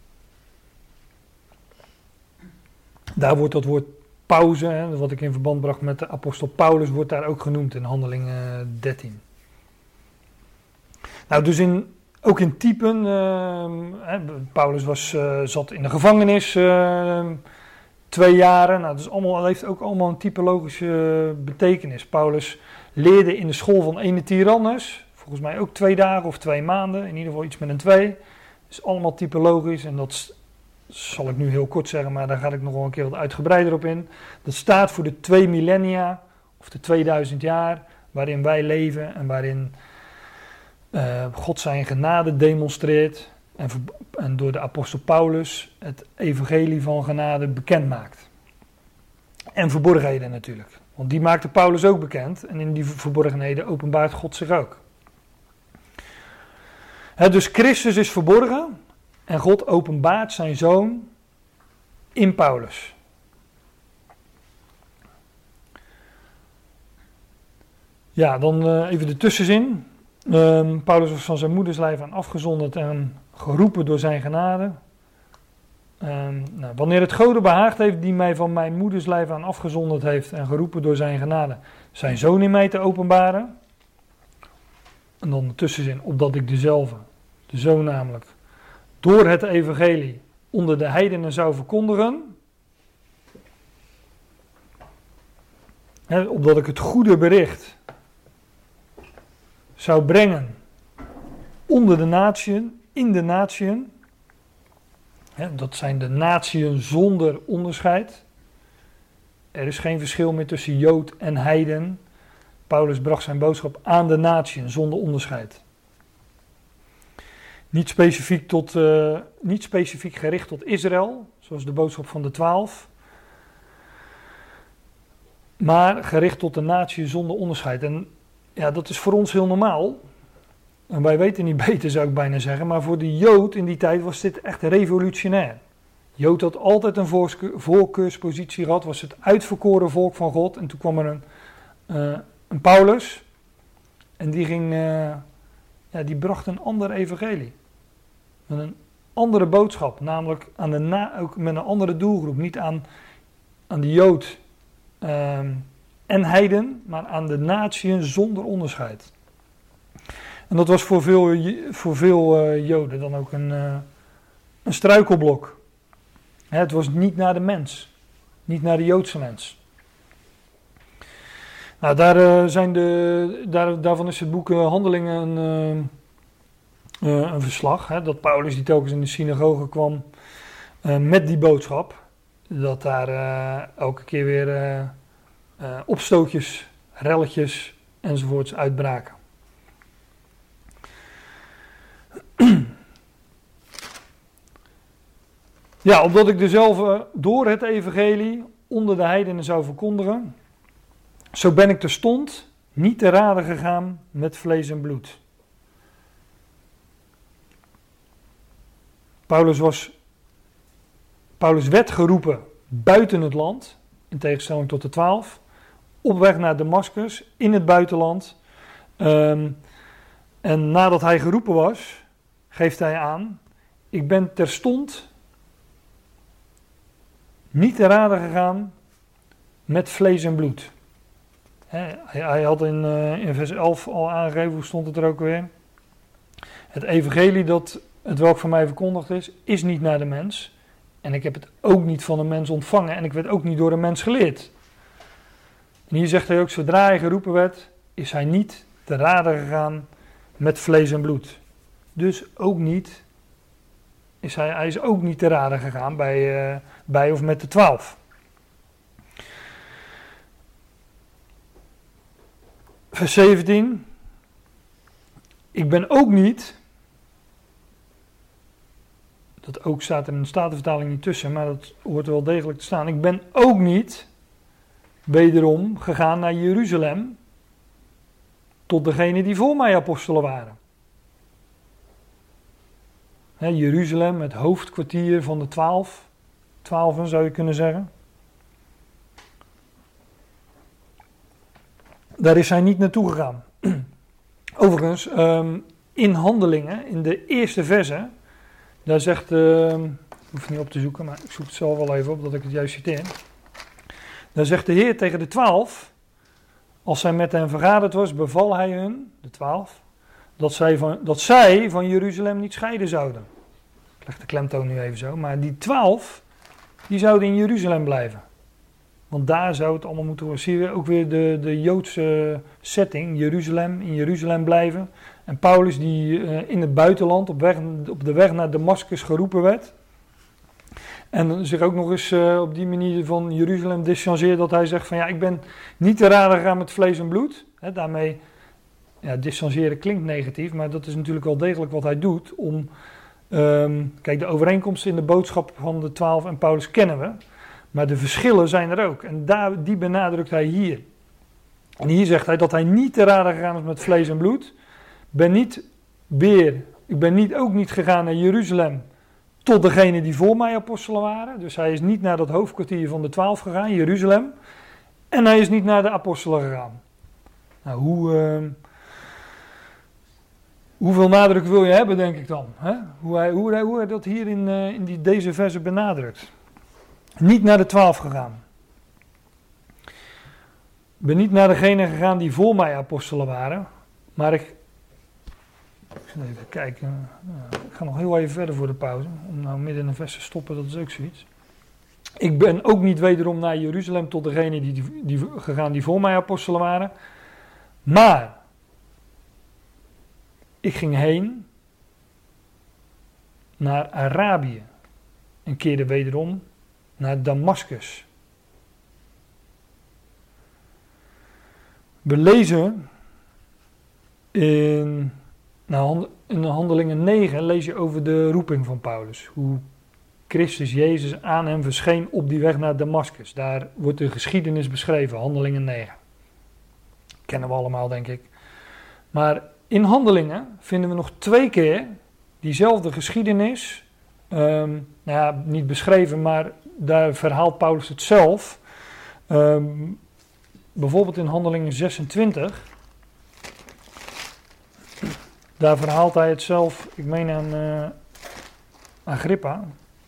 Daar wordt dat woord pauze, hè, wat ik in verband bracht met de apostel Paulus, wordt daar ook genoemd in Handelingen 13. Nou, dus ook in typen, Paulus zat in de gevangenis 2 jaren. Nou, dat heeft ook allemaal een typologische betekenis. Paulus leerde in de school van ene Tyrannus, volgens mij ook 2 dagen of 2 maanden, in ieder geval iets met een 2. Dat is allemaal typologisch en dat zal ik nu heel kort zeggen, maar daar ga ik nog wel een keer wat uitgebreider op in. Dat staat voor de 2 millennia, of de 2000 jaar, waarin wij leven en waarin God zijn genade demonstreert en door de apostel Paulus het evangelie van genade bekend maakt. En verborgenheden natuurlijk, want die maakte Paulus ook bekend en in die verborgenheden openbaart God zich ook. Dus Christus is verborgen en God openbaart zijn Zoon in Paulus. Ja, dan even de tussenzin. Paulus was van zijn moeders lijf aan afgezonderd en geroepen door zijn genade. Wanneer het Gode behaagd heeft, die mij van mijn moeders lijf aan afgezonderd heeft en geroepen door zijn genade, zijn Zoon in mij te openbaren. En dan de tussenzin, opdat ik dezelfde, de Zoon namelijk, door het evangelie onder de heidenen zou verkondigen. Opdat ik het goede bericht zou brengen onder de natieën, in de natieën. Dat zijn de natieën zonder onderscheid. Er is geen verschil meer tussen Jood en heiden. Paulus bracht zijn boodschap aan de natieën zonder onderscheid. Niet specifiek gericht tot Israël, zoals de boodschap van de 12. Maar gericht tot de natie zonder onderscheid. En ja, dat is voor ons heel normaal. En wij weten niet beter, zou ik bijna zeggen. Maar voor de Jood in die tijd was dit echt revolutionair. Jood had altijd een voorkeurspositie gehad. Was het uitverkoren volk van God. En toen kwam er een Paulus. En die bracht een ander evangelie. Met een andere boodschap. Namelijk ook met een andere doelgroep. Niet aan de Jood en heiden, maar aan de natieën zonder onderscheid. En dat was voor veel Joden dan ook een struikelblok. Het was niet naar de mens, niet naar de Joodse mens. Nou, daarvan is het boek Handelingen een verslag. Dat Paulus die telkens in de synagoge kwam met die boodschap. Dat daar elke keer weer opstootjes, relletjes enzovoorts uitbraken. Ja, opdat ik dezelfde door het evangelie onder de heidenen zou verkondigen, zo ben ik terstond niet te rade gegaan met vlees en bloed. Paulus werd geroepen buiten het land, in tegenstelling tot de 12, op weg naar Damascus, in het buitenland. En nadat hij geroepen was, geeft hij aan, ik ben terstond niet te rade gegaan met vlees en bloed. Hij had in vers 11 al aangegeven, hoe stond het er ook weer? Het evangelie dat het welk van mij verkondigd is niet naar de mens. En ik heb het ook niet van een mens ontvangen en ik werd ook niet door een mens geleerd. En hier zegt hij ook, zodra hij geroepen werd, is hij niet te rade gegaan met vlees en bloed. Dus ook niet, hij is ook niet te rade gegaan bij of met de 12. Vers 17. Ik ben ook niet, dat ook staat er in de Statenvertaling niet tussen, maar dat hoort er wel degelijk te staan. Ik ben ook niet wederom gegaan naar Jeruzalem tot degene die voor mij apostelen waren. Jeruzalem, het hoofdkwartier van de 12. 12 zou je kunnen zeggen. Daar is hij niet naartoe gegaan. Overigens, in Handelingen, in de eerste verse, daar zegt, ik hoef het niet op te zoeken, maar ik zoek het zelf wel even op, dat ik het juist citeer. Daar zegt de Heer tegen de 12, als hij met hen vergaderd was, beval hij hun, de 12, dat zij van Jeruzalem niet scheiden zouden. Ik leg de klemtoon nu even zo, maar die 12, die zouden in Jeruzalem blijven. Want daar zou het allemaal moeten worden. Zie je ook weer de Joodse setting, Jeruzalem, in Jeruzalem blijven. En Paulus die in het buitenland op de weg naar Damascus geroepen werd. En zich ook nog eens op die manier van Jeruzalem distancieert, dat hij zegt van ja, ik ben niet te raden gegaan met vlees en bloed. Daarmee, ja, distancieren klinkt negatief, maar dat is natuurlijk wel degelijk wat hij doet. Kijk, de overeenkomsten in de boodschap van de 12 en Paulus kennen we. Maar de verschillen zijn er ook. En die benadrukt hij hier. En hier zegt hij dat hij niet te raden gegaan is met vlees en bloed. Ik ben ook niet gegaan naar Jeruzalem tot degene die voor mij apostelen waren. Dus hij is niet naar dat hoofdkwartier van de 12 gegaan, Jeruzalem. En hij is niet naar de apostelen gegaan. Nou, hoeveel nadruk wil je hebben, denk ik dan? Hè? Hoe hij dat hier in deze verse benadrukt. Niet naar de 12 gegaan. Ik ben niet naar degene gegaan die voor mij apostelen waren. Maar ik even kijken. Ik ga nog heel even verder voor de pauze. Om nou midden in een vers te stoppen, dat is ook zoiets. Ik ben ook niet wederom naar Jeruzalem tot degene die gegaan die voor mij apostelen waren. Maar ik ging heen naar Arabië. En keerde wederom naar Damascus. We lezen in Handelingen 9 lees je over de roeping van Paulus. Hoe Christus Jezus aan hem verscheen op die weg naar Damascus. Daar wordt de geschiedenis beschreven, Handelingen 9. Kennen we allemaal, denk ik. Maar in Handelingen vinden we nog 2 keer diezelfde geschiedenis. Niet beschreven, maar daar verhaalt Paulus het zelf. Bijvoorbeeld in Handelingen 26. Daar verhaalt hij het zelf, ik meen aan Agrippa.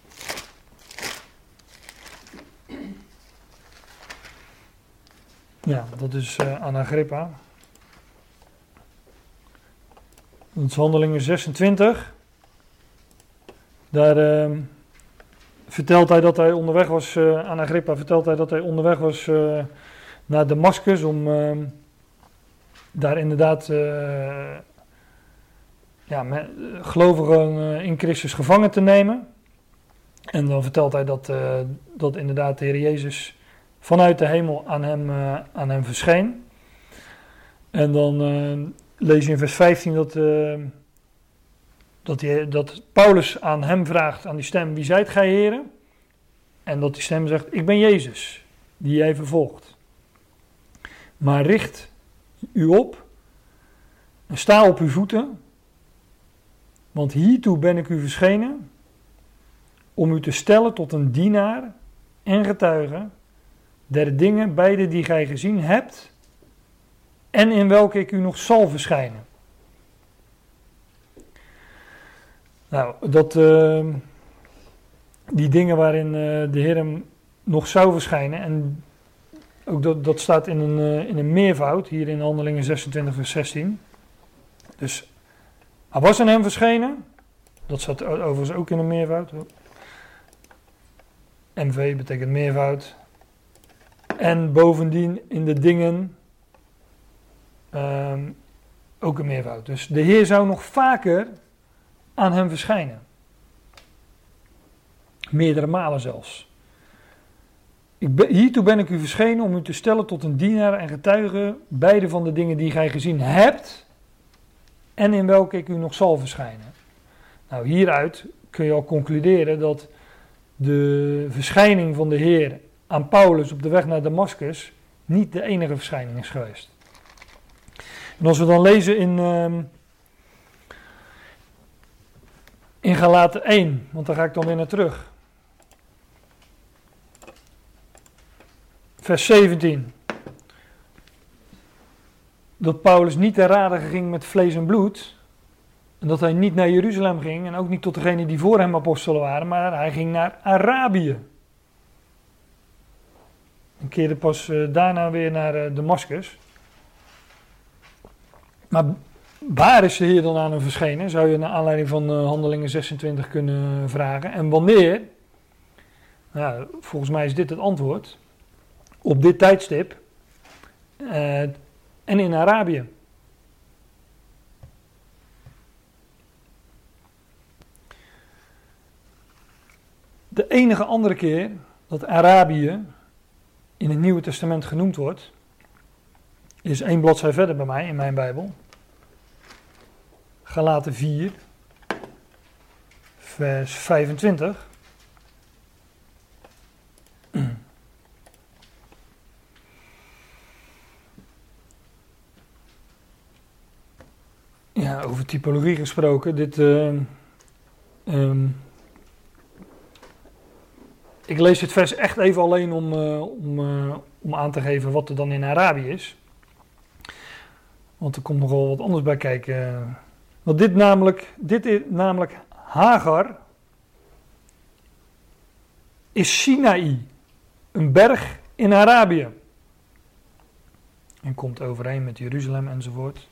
Ja, dat is aan Agrippa. Dat is Handelingen 26. Daar vertelt hij dat hij onderweg was, aan Agrippa vertelt hij dat hij onderweg was naar Damascus om daar inderdaad gelovigen in Christus gevangen te nemen. En dan vertelt hij dat inderdaad de Heer Jezus vanuit de hemel aan hem verscheen. En dan lees je in vers 15 dat Paulus aan hem vraagt, aan die stem, wie zijt gij, Heere? En dat die stem zegt, ik ben Jezus, die jij vervolgt. Maar richt u op en sta op uw voeten, want hiertoe ben ik u verschenen, om u te stellen tot een dienaar en getuige der dingen beide die gij gezien hebt en in welke ik u nog zal verschijnen. Nou, die dingen waarin de Heer hem nog zou verschijnen, en ook dat staat in een meervoud, hier in Handelingen 26 vers 16. Dus hij was aan hem verschenen, dat staat overigens ook in een meervoud. MV betekent meervoud. En bovendien in de dingen ook een meervoud. Dus de Heer zou nog vaker aan hem verschijnen. Meerdere malen zelfs. Hiertoe ben ik u verschenen om u te stellen tot een dienaar en getuige, beide van de dingen die gij gezien hebt en in welke ik u nog zal verschijnen. Nou, hieruit kun je al concluderen dat de verschijning van de Heer aan Paulus op de weg naar Damascus niet de enige verschijning is geweest. En als we dan lezen in Galaten 1, want daar ga ik dan weer naar terug. Vers 17. Dat Paulus niet te rade ging met vlees en bloed, En dat hij niet naar Jeruzalem ging en ook niet tot degenen die voor hem apostelen waren, maar hij ging naar Arabië. En keerde pas daarna weer naar Damascus. Maar waar is de Heer dan aan hem verschenen? Zou je naar aanleiding van Handelingen 26 kunnen vragen. En wanneer? Nou, volgens mij is dit het antwoord. Op dit tijdstip. En in Arabië. De enige andere keer dat Arabië in het Nieuwe Testament genoemd wordt, is 1 bladzij verder bij mij in mijn Bijbel. Galaten 4, vers 25. Ja, over typologie gesproken. Ik lees dit vers echt even alleen om aan te geven wat er dan in Arabië is. Want er komt nogal wat anders bij kijken. Want dit is namelijk Hagar, is Sinaï, een berg in Arabië. En komt overeen met Jeruzalem enzovoort.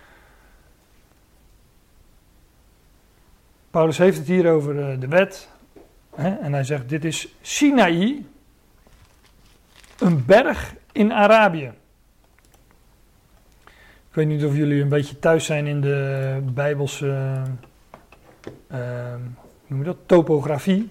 Paulus heeft het hier over de wet. En hij zegt, dit is Sinaï, een berg in Arabië. Ik weet niet of jullie een beetje thuis zijn in de Bijbelse hoe noem je dat? Topografie.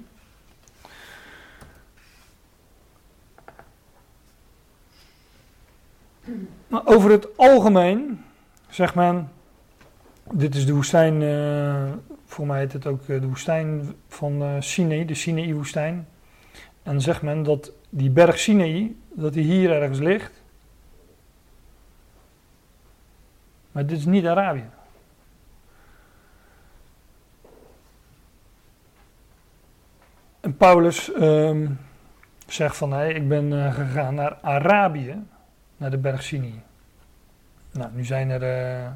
Maar over het algemeen zegt men, dit is de woestijn, voor mij heet het ook de woestijn van Sinaï, de Sinaï-woestijn. En dan zegt men dat die berg Sinaï, dat die hier ergens ligt. Maar dit is niet Arabië. En Paulus zegt van, nee, ik ben gegaan naar Arabië, naar de berg Sinaï. Nou, nu zijn er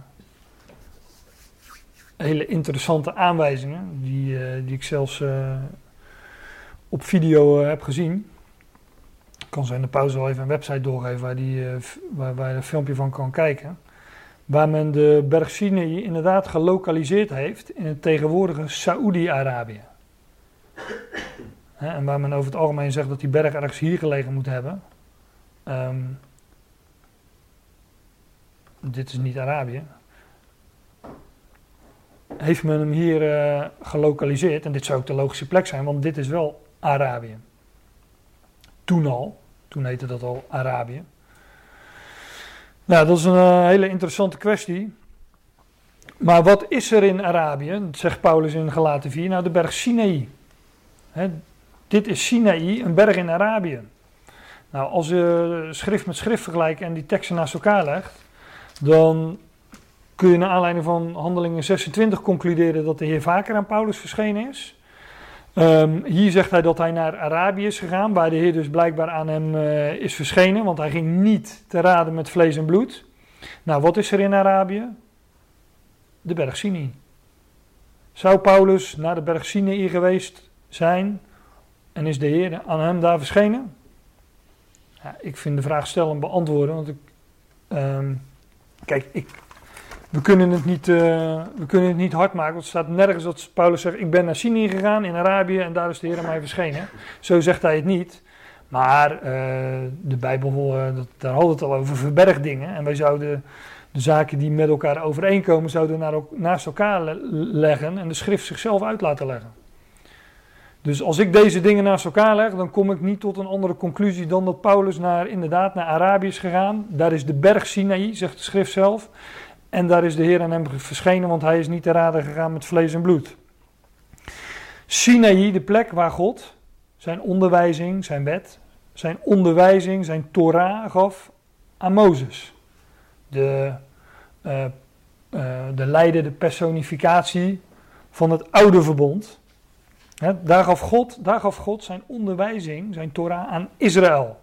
hele interessante aanwijzingen, die ik zelfs op video heb gezien. Ik kan zo in de pauze wel even een website doorgeven waar je een filmpje van kan kijken. Waar men de berg Sinaï inderdaad gelokaliseerd heeft in het tegenwoordige Saoedi-Arabië. En waar men over het algemeen zegt dat die berg ergens hier gelegen moet hebben. Dit is niet Arabië. Heeft men hem hier gelokaliseerd. En dit zou ook de logische plek zijn, want dit is wel Arabië. Toen heette dat al Arabië. Nou, dat is een hele interessante kwestie. Maar wat is er in Arabië? Dat zegt Paulus in Galaten 4. Nou, de berg Sinaï. Dit is Sinaï, een berg in Arabië. Nou, als je schrift met schrift vergelijkt en die teksten naast elkaar legt, dan kun je naar aanleiding van Handelingen 26 concluderen dat de Heer vaker aan Paulus verschenen is. Hier zegt hij dat hij naar Arabië is gegaan, waar de Heer dus blijkbaar aan hem is verschenen, want hij ging niet te raden met vlees en bloed. Nou, wat is er in Arabië? De berg Sinaï. Zou Paulus naar de berg Sinaï geweest zijn en is de Heer aan hem daar verschenen? Ja, ik vind de vraag stellen en beantwoorden, want we kunnen het niet hard maken, want er staat nergens dat Paulus zegt, ik ben naar Sinaï gegaan in Arabië en daar is de Heer aan mij verschenen. Zo zegt hij het niet. Maar de Bijbel, daar hadden we het al over, verbergdingen. En wij zouden de zaken die met elkaar overeenkomen, zouden naast elkaar leggen en de schrift zichzelf uit laten leggen. Dus als ik deze dingen naast elkaar leg, dan kom ik niet tot een andere conclusie dan dat Paulus inderdaad naar Arabië is gegaan. Daar is de berg Sinaï, zegt de schrift zelf. En daar is de Heer aan hem verschenen, want hij is niet te raden gegaan met vlees en bloed. Sinaï, de plek waar God zijn onderwijzing, zijn wet, zijn onderwijzing, zijn Torah gaf aan Mozes. De leider, de personificatie van het oude verbond. Daar gaf God zijn onderwijzing, zijn Torah aan Israël.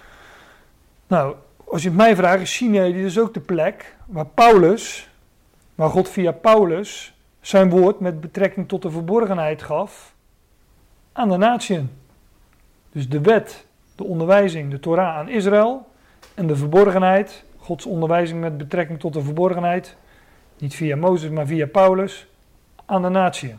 Nou, als je het mij vraagt, is Sinaï dus ook de plek waar Paulus waar God via Paulus zijn woord met betrekking tot de verborgenheid gaf aan de natieën. Dus de wet, de onderwijzing, de Torah aan Israël en de verborgenheid, Gods onderwijzing met betrekking tot de verborgenheid, niet via Mozes, maar via Paulus, aan de natieën.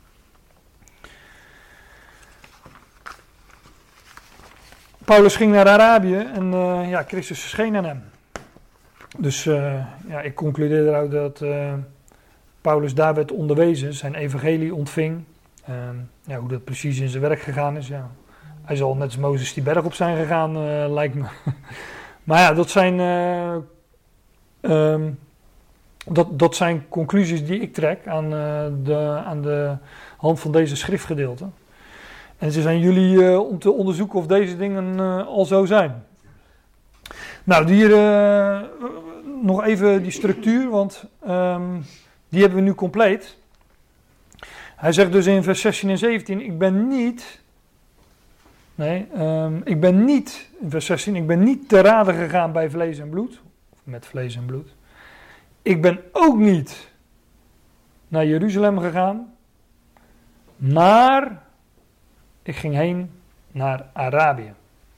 Paulus ging naar Arabië en Christus verscheen aan hem. Dus ik concludeer eruit dat Paulus daar werd onderwezen, zijn evangelie ontving. Hoe dat precies in zijn werk gegaan is, ja. Hij zal net als Mozes die berg op zijn gegaan, lijkt me. Maar ja, dat zijn conclusies die ik trek aan de hand van deze schriftgedeelten. En ze zijn jullie om te onderzoeken of deze dingen al zo zijn. Nou, hier nog even die structuur, want die hebben we nu compleet. Hij zegt dus in vers 16 en 17, in vers 16, ik ben niet te rade gegaan bij vlees en bloed, of met vlees en bloed. Ik ben ook niet naar Jeruzalem gegaan, maar ik ging heen naar Arabië.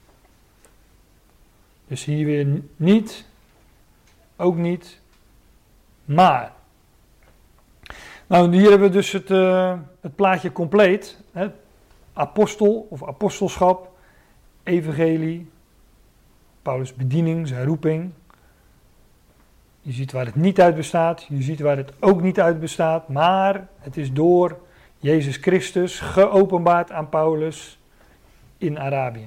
Dus hier weer niet, ook niet, maar. Nou, hier hebben we dus het plaatje compleet. Hè? Apostel of apostelschap, evangelie, Paulus' bediening, zijn roeping. Je ziet waar het niet uit bestaat, je ziet waar het ook niet uit bestaat, maar het is door Jezus Christus geopenbaard aan Paulus in Arabië.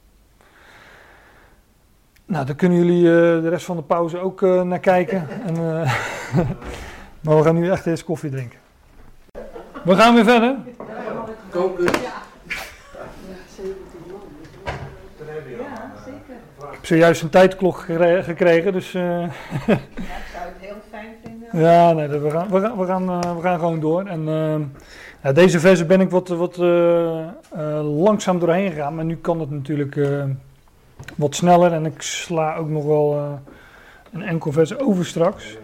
Nou, daar kunnen jullie de rest van de pauze ook naar kijken. Maar we gaan nu echt eens koffie drinken. We gaan weer verder. Koken. Ja, 17 man. Ja, zeker. Ik heb zojuist een tijdklok gekregen, dus... Ja, ik zou het heel fijn vinden. Ja, nee, we gaan gewoon door. En deze verse ben ik wat langzaam doorheen gegaan, maar nu kan het natuurlijk wat sneller. En ik sla ook nog wel een enkel vers over straks.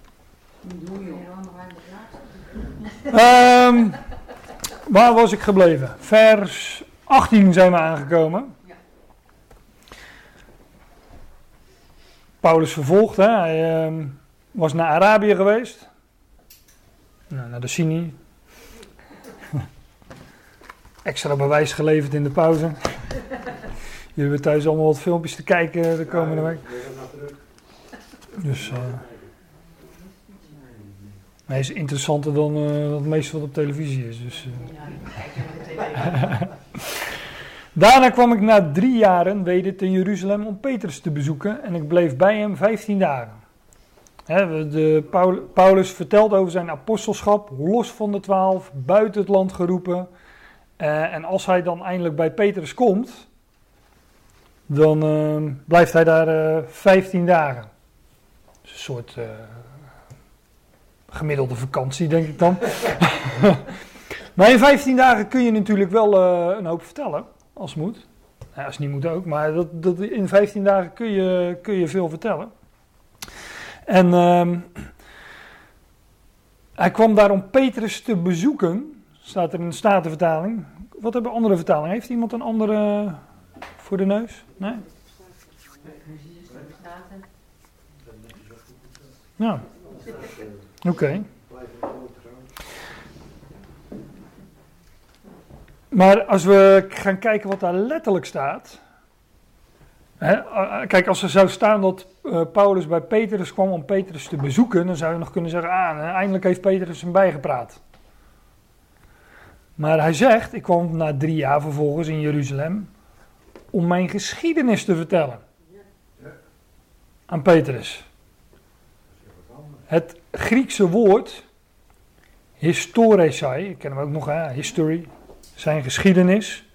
Waar was ik gebleven? Vers 18 zijn we aangekomen. Ja. Paulus vervolgt, hè? Hij was naar Arabië geweest. Nou, naar de Sinai. Extra bewijs geleverd in de pauze. Jullie hebben thuis allemaal wat filmpjes te kijken de komende week. Dus hij is interessanter dan het meeste wat op televisie is. Dus, Daarna kwam ik na 3 jaren weder te Jeruzalem om Petrus te bezoeken en ik bleef bij hem 15 dagen. Paulus vertelt over zijn apostelschap, los van de 12, buiten het land geroepen. En als hij dan eindelijk bij Petrus komt, dan blijft hij daar 15 dagen. Dus een soort gemiddelde vakantie, denk ik dan. Maar in 15 dagen kun je natuurlijk wel een hoop vertellen, als het moet. Nou, als het niet moet ook, maar in 15 dagen kun je veel vertellen. En hij kwam daar om Petrus te bezoeken, staat er in de Statenvertaling. Wat hebben andere vertalingen? Heeft iemand een andere voor de neus? Nee? Ja. Oké. Maar als we gaan kijken wat daar letterlijk staat. Kijk, als er zou staan dat Paulus bij Petrus kwam om Petrus te bezoeken, dan zou je nog kunnen zeggen, eindelijk heeft Petrus hem bijgepraat. Maar hij zegt, ik kwam na 3 jaar vervolgens in Jeruzalem om mijn geschiedenis te vertellen. Aan Petrus. Het Griekse woord, historisai, ik ken hem ook nog, history, zijn geschiedenis.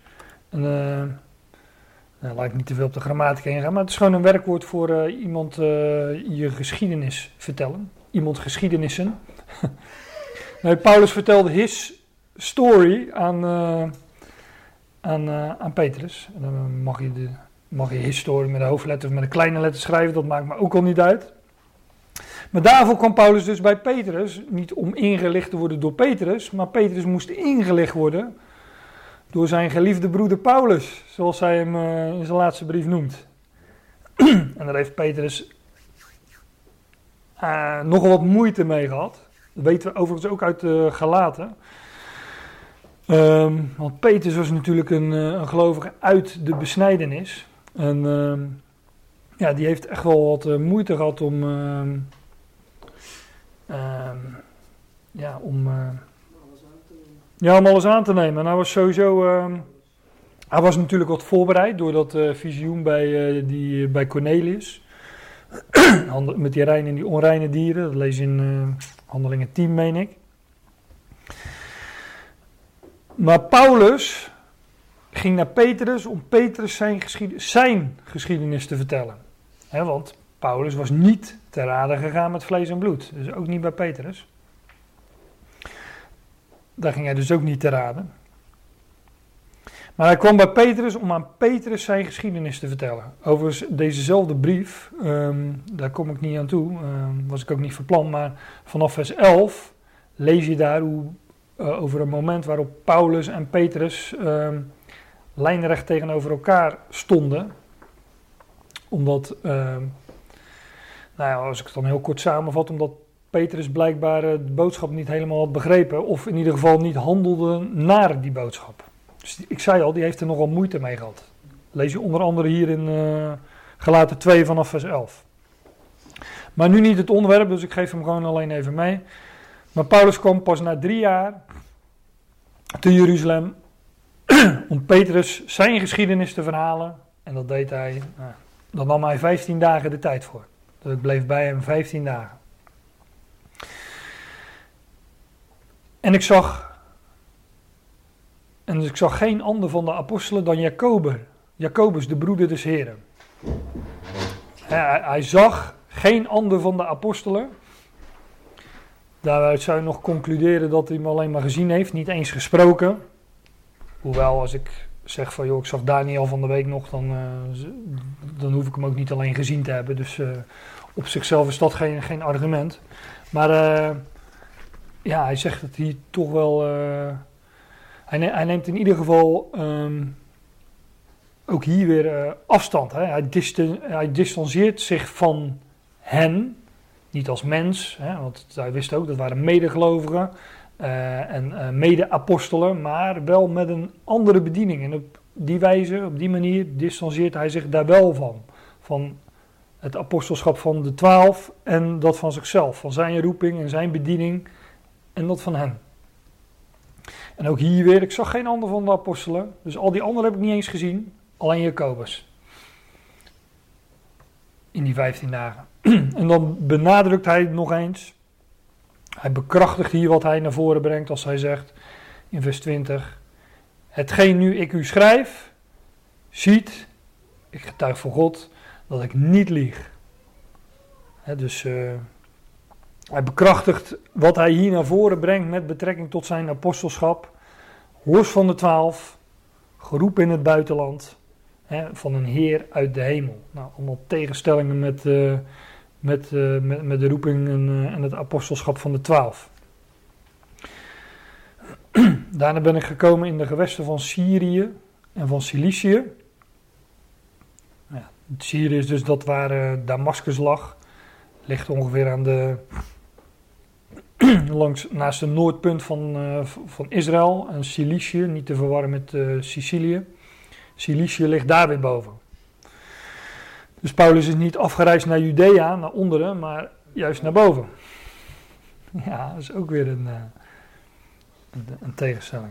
Laat ik niet te veel op de grammatica ingaan, maar het is gewoon een werkwoord voor iemand je geschiedenis vertellen. Iemand geschiedenissen. Nee, Paulus vertelde his story aan Petrus. En dan mag je his story met een hoofdletter of met een kleine letter schrijven, dat maakt me ook al niet uit. Maar daarvoor kwam Paulus dus bij Petrus, niet om ingelicht te worden door Petrus, maar Petrus moest ingelicht worden door zijn geliefde broeder Paulus, zoals hij hem in zijn laatste brief noemt. En daar heeft Petrus nogal wat moeite mee gehad. Dat weten we overigens ook uit de Galaten. Want Petrus was natuurlijk een gelovige uit de besnijdenis. En die heeft echt wel wat moeite gehad om alles aan te nemen. En hij was sowieso... hij was natuurlijk wat voorbereid door dat visioen bij Cornelius. Met die reine en die onreine dieren. Dat lees je in Handelingen 10, meen ik. Maar Paulus ging naar Petrus om Petrus zijn geschiedenis te vertellen. Want Paulus was niet te rade gegaan met vlees en bloed. Dus ook niet bij Petrus. Daar ging hij dus ook niet te raden. Maar hij kwam bij Petrus om aan Petrus zijn geschiedenis te vertellen. Overigens, dezezelfde brief, daar kom ik niet aan toe, was ik ook niet van plan, maar vanaf vers 11 lees je daar over een moment waarop Paulus en Petrus lijnrecht tegenover elkaar stonden. Omdat, als ik het dan heel kort samenvat, omdat Petrus blijkbaar de boodschap niet helemaal had begrepen, of in ieder geval niet handelde naar die boodschap. Dus ik zei al, die heeft er nogal moeite mee gehad. Lees je onder andere hier in Galaten 2 vanaf vers 11. Maar nu niet het onderwerp, dus ik geef hem gewoon alleen even mee. Maar Paulus kwam pas na 3 jaar te Jeruzalem om Petrus zijn geschiedenis te verhalen. En dat deed hij, dan nam hij 15 dagen de tijd voor. Dus ik bleef bij hem 15 dagen. En ik zag geen ander van de apostelen dan Jacobus, de broeder des Heren. Hij zag geen ander van de apostelen. Daaruit zou je nog concluderen dat hij hem alleen maar gezien heeft, niet eens gesproken. Hoewel, als ik zeg van, ik zag Daniel van de week nog, dan hoef ik hem ook niet alleen gezien te hebben. Dus op zichzelf is dat geen argument. Maar hij zegt dat hij toch wel... Hij neemt in ieder geval ook hier weer afstand. Hè? Hij distanceert zich van hen, niet als mens, want hij wist ook dat waren medegelovigen en mede-apostelen, maar wel met een andere bediening. En op die wijze, op die manier distanceert hij zich daar wel van het apostelschap van de 12 en dat van zichzelf, van zijn roeping en zijn bediening en dat van hen. En ook hier weer, ik zag geen ander van de apostelen. Dus al die anderen heb ik niet eens gezien. Alleen Jacobus. In die 15 dagen. En dan benadrukt hij nog eens. Hij bekrachtigt hier wat hij naar voren brengt als hij zegt in vers 20. Hetgeen nu ik u schrijf, ziet, ik getuig voor God, dat ik niet lieg. Dus... hij bekrachtigt wat hij hier naar voren brengt met betrekking tot zijn apostelschap. Los van de 12, geroepen in het buitenland, van een Heer uit de hemel. Nou, allemaal tegenstellingen met de roeping en het apostelschap van de 12. Daarna ben ik gekomen in de gewesten van Syrië en van Cilicië. Ja, Syrië is dus dat waar Damascus lag. Ligt ongeveer aan naast het noordpunt van Israël. En Cilicië, niet te verwarren met Sicilië. Cilicië ligt daar weer boven. Dus Paulus is niet afgereisd naar Judea, naar onderen, maar juist naar boven. Ja, dat is ook weer een tegenstelling.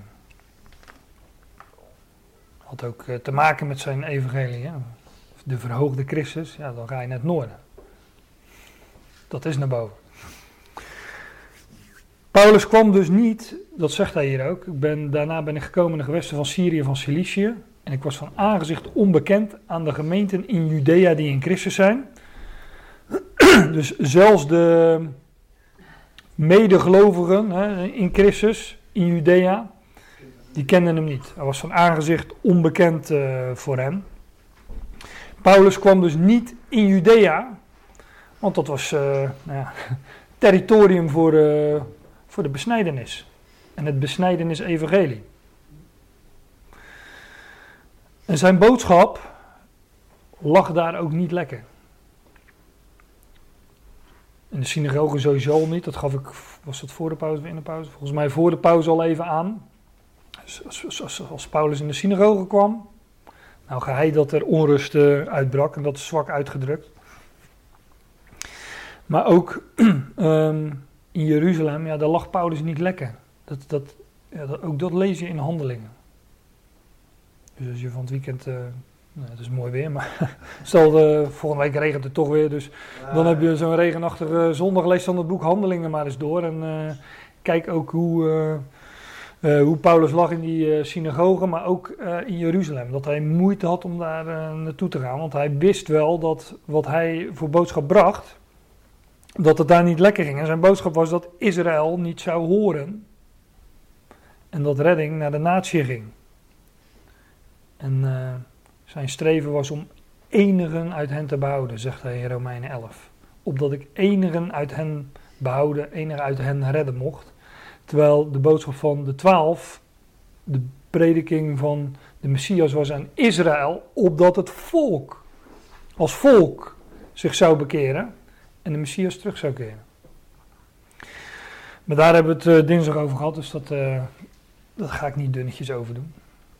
Had ook te maken met zijn evangelie. Hè? De verhoogde Christus, ja, dan ga je naar het noorden. Dat is naar boven. Paulus kwam dus niet, dat zegt hij hier ook. Daarna ben ik gekomen in de gewesten van Syrië en van Cilicië. En ik was van aangezicht onbekend aan de gemeenten in Judea die in Christus zijn. Dus zelfs de medegelovigen in Christus, in Judea, die kenden hem niet. Hij was van aangezicht onbekend voor hen. Paulus kwam dus niet in Judea Want dat was territorium voor de besnijdenis. En het besnijdenis-evangelie. En zijn boodschap lag daar ook niet lekker. In de synagoge sowieso al niet. Dat gaf ik, was dat voor de pauze of in de pauze? Volgens mij voor de pauze al even aan. Als Paulus in de synagoge kwam, nou ga hij dat er onrust uitbrak en dat is zwak uitgedrukt. Maar ook in Jeruzalem, ja, daar lag Paulus niet lekker. Ook dat lees je in Handelingen. Dus als je van het weekend, het is mooi weer, maar stel volgende week regent het toch weer, dus dan heb je zo'n regenachtige zondag, lees dan het boek Handelingen maar eens door en kijk ook hoe Paulus lag in die synagoge, maar ook in Jeruzalem. Dat hij moeite had om daar naartoe te gaan, want hij wist wel dat wat hij voor boodschap bracht, dat het daar niet lekker ging. En zijn boodschap was dat Israël niet zou horen en dat redding naar de natie ging. En zijn streven was om enigen uit hen te behouden, zegt hij in Romeinen 11. Opdat ik enigen uit hen behouden, enigen uit hen redden mocht. Terwijl de boodschap van de 12, de prediking van de Messias was aan Israël, opdat het volk, als volk, zich zou bekeren en de Messias terug zou keren. Maar daar hebben we het dinsdag over gehad, dus dat ga ik niet dunnetjes over doen.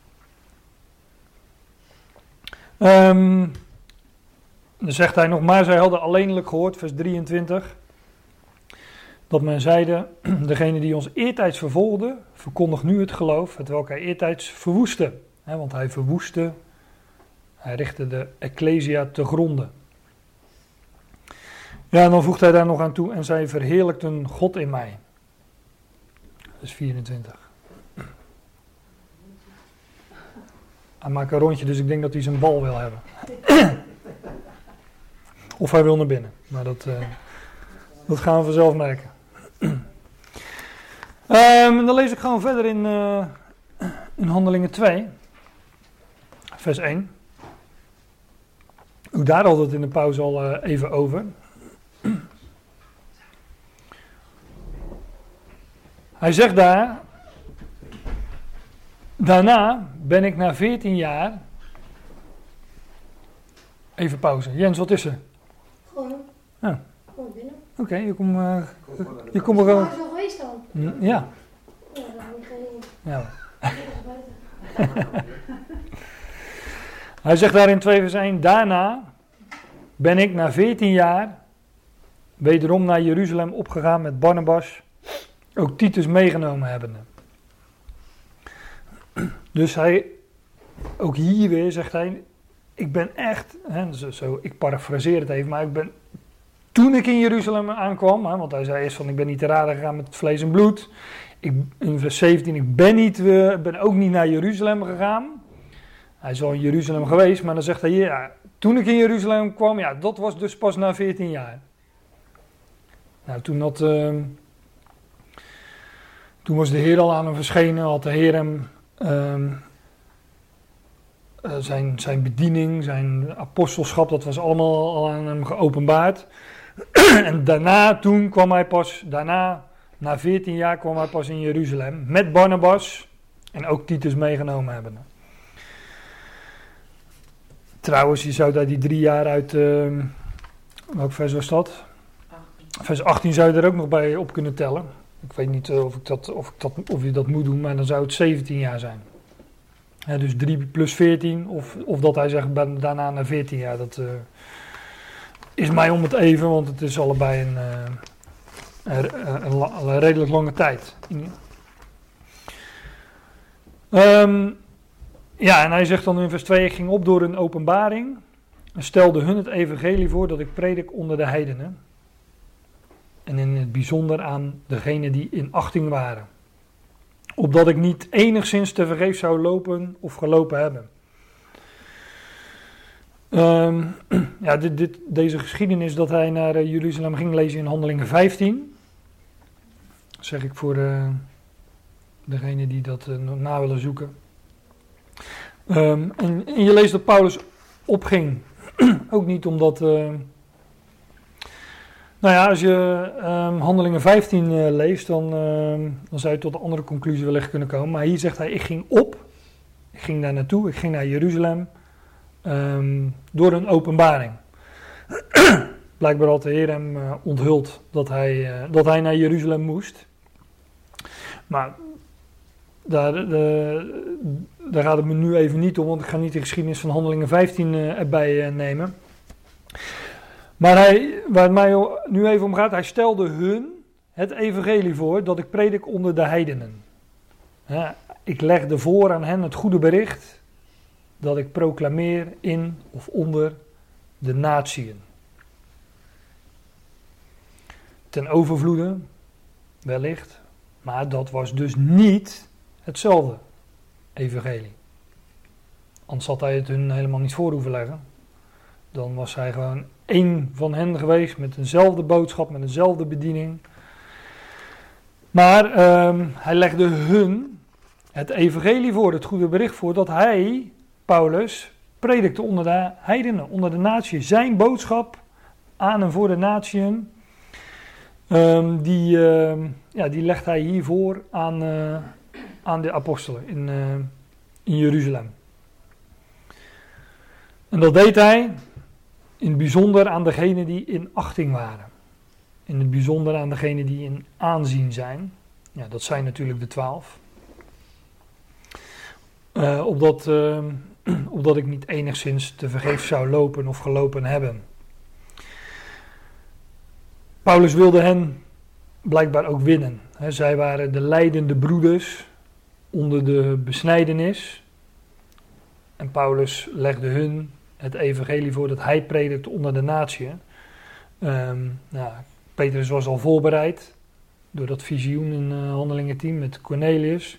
Dan zegt hij nog, maar zij hadden alleenlijk gehoord, vers 23, dat men zeide, degene die ons eertijds vervolgde, verkondigt nu het geloof, hetwelk hij eertijds verwoestte. Want hij verwoestte, hij richtte de Ecclesia te gronde. Ja, en dan voegt hij daar nog aan toe, en zij verheerlijkten God in mij. Dat is 24. Hij maakt een rondje, dus ik denk dat hij zijn bal wil hebben. Of hij wil naar binnen. Maar dat gaan we vanzelf merken. Dan lees ik gewoon verder in Handelingen 2. Vers 1. Ook daar hadden we het in de pauze al even over. Hij zegt daar... Daarna ben ik na 14 jaar... Even pauze. Jens, wat is er? Gewoon. Ja. Gewoon binnen. Oké, je komt er gewoon... Waar is nog geweest dan? Ja. Ja, dan heb ik geen... Ja. buiten. Hij zegt daar in 2 vers 1... Daarna ben ik na 14 jaar... wederom naar Jeruzalem opgegaan met Barnabas... ook Titus meegenomen hebbende. Dus hij, ook hier weer zegt hij, ik ben echt, ik parafraseer het even, maar toen ik in Jeruzalem aankwam, want hij zei eerst van ik ben niet te raden gegaan met vlees en bloed. In vers 17, ik ben ook niet naar Jeruzalem gegaan. Hij is al in Jeruzalem geweest, maar dan zegt hij, ja, toen ik in Jeruzalem kwam, ja, dat was dus pas na 14 jaar. Nou, toen was de Heer al aan hem verschenen, had de Heer hem zijn bediening, zijn apostelschap, dat was allemaal al aan hem geopenbaard. En na 14 jaar kwam hij pas in Jeruzalem, met Barnabas en ook Titus meegenomen hebben. Trouwens, je zou daar die 3 jaar uit, welk vers was dat? 18. Vers 18 zou je er ook nog bij op kunnen tellen. Ik weet niet of je dat moet doen, maar dan zou het 17 jaar zijn. Ja, dus 3 plus 14, of dat hij zegt daarna naar 14 jaar. Dat is mij om het even, want het is allebei een redelijk lange tijd. Ja, en hij zegt dan in vers 2, ik ging op door een openbaring en stelde hun het evangelie voor dat ik predik onder de heidenen. En in het bijzonder aan degenen die in achting waren. Opdat ik niet enigszins tevergeefs zou lopen of gelopen hebben. Ja, deze geschiedenis dat hij naar Jeruzalem ging lezen in Handelingen 15. Dat zeg ik voor degenen die dat na willen zoeken. En je leest dat Paulus opging. Ook niet omdat... Nou ja, als je Handelingen 15 leest, dan zou je tot een andere conclusie wellicht kunnen komen. Maar hier zegt hij, ik ging op, ik ging daar naartoe, ik ging naar Jeruzalem, door een openbaring. Blijkbaar had de Heer hem onthuld dat hij naar Jeruzalem moest. Maar daar gaat het me nu even niet om, want ik ga niet de geschiedenis van Handelingen 15 erbij nemen. Maar waar het mij nu even om gaat, hij stelde hun het evangelie voor dat ik predik onder de heidenen. Ja, ik legde voor aan hen het goede bericht dat ik proclameer in of onder de natieën. Ten overvloede, wellicht, maar dat was dus niet hetzelfde evangelie. Anders had hij het hun helemaal niet voor hoeven leggen. Dan was hij gewoon één van hen geweest met eenzelfde boodschap, met eenzelfde bediening. Maar hij legde hun het evangelie voor, het goede bericht voor, dat hij, Paulus, predikte onder de heidenen, onder de natie. Zijn boodschap aan en voor de natieën, die legt hij hiervoor aan de apostelen in Jeruzalem. En dat deed hij in het bijzonder aan degenen die in achting waren. In het bijzonder aan degenen die in aanzien zijn. Ja, dat zijn natuurlijk de 12. Opdat ik niet enigszins tevergeefs zou lopen of gelopen hebben. Paulus wilde hen blijkbaar ook winnen. Zij waren de lijdende broeders onder de besnijdenis. En Paulus legde hun het evangelie voor dat hij predikte onder de natieën. Petrus was al voorbereid door dat visioen in Handelingen 10 met Cornelius.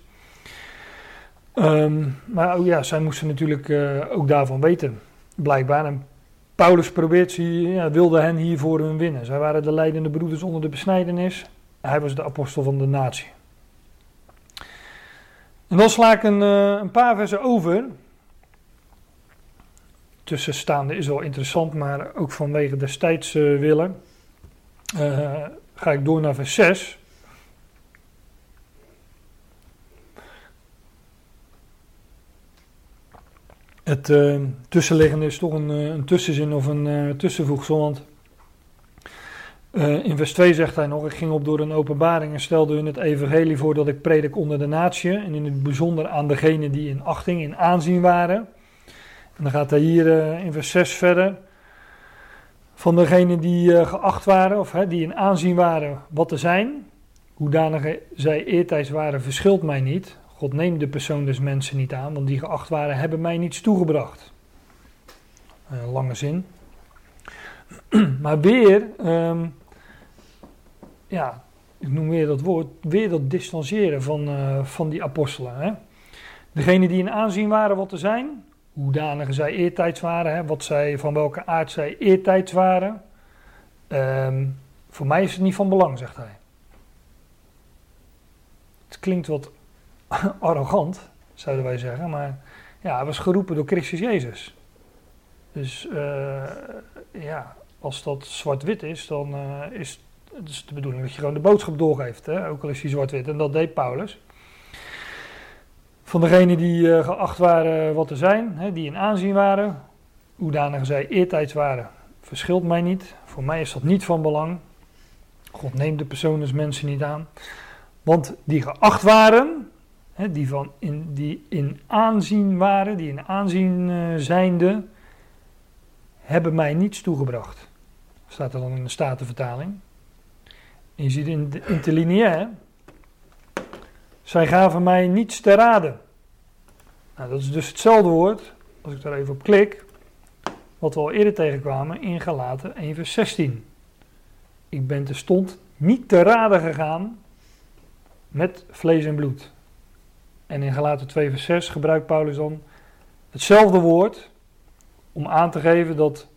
Maar ook, zij moesten natuurlijk ook daarvan weten, blijkbaar. En Paulus wilde hen hiervoor hun winnen. Zij waren de lijdende broeders onder de besnijdenis. Hij was de apostel van de natie. En dan sla ik een paar versen over. Tussenstaande is wel interessant, maar ook vanwege destijds willen. Ga ik door naar vers 6. Het tussenliggende is toch een tussenzin of een tussenvoegsel, want in vers 2 zegt hij nog, ik ging op door een openbaring en stelde hun het evangelie voor dat ik predik onder de natieën en in het bijzonder aan degenen die in achting, in aanzien waren. En dan gaat hij hier in vers 6 verder, van degenen die geacht waren, of die in aanzien waren wat te zijn, hoedanig zij eertijds waren, verschilt mij niet. God neemt de persoon des mensen niet aan, want die geacht waren, hebben mij niets toegebracht. Lange zin. Maar weer, ik noem weer dat woord, weer dat distancieren van die apostelen. Hè. Degenen die in aanzien waren wat te zijn, hoedanig zij eertijds waren, hè, van welke aard zij eertijds waren. Voor mij is het niet van belang, zegt hij. Het klinkt wat arrogant, zouden wij zeggen, maar ja, hij was geroepen door Christus Jezus. Dus als dat zwart-wit is, dan is het de bedoeling dat je gewoon de boodschap doorgeeft, hè? Ook al is die zwart-wit, en dat deed Paulus. Van degenen die geacht waren wat te zijn, hè, die in aanzien waren, hoedanig zij eertijds waren, verschilt mij niet. Voor mij is dat niet van belang. God neemt de persoon des mensen niet aan. Want die geacht waren, hè, die in aanzien waren, die in aanzien zijnde, hebben mij niets toegebracht. Staat er dan in de Statenvertaling. En je ziet in de interlineair, zij gaven mij niets te raden. Nou, dat is dus hetzelfde woord, als ik daar even op klik, wat we al eerder tegenkwamen in Galaten 1 vers 16. Ik ben terstond niet te raden gegaan met vlees en bloed. En in Galaten 2 vers 6 gebruikt Paulus dan hetzelfde woord om aan te geven dat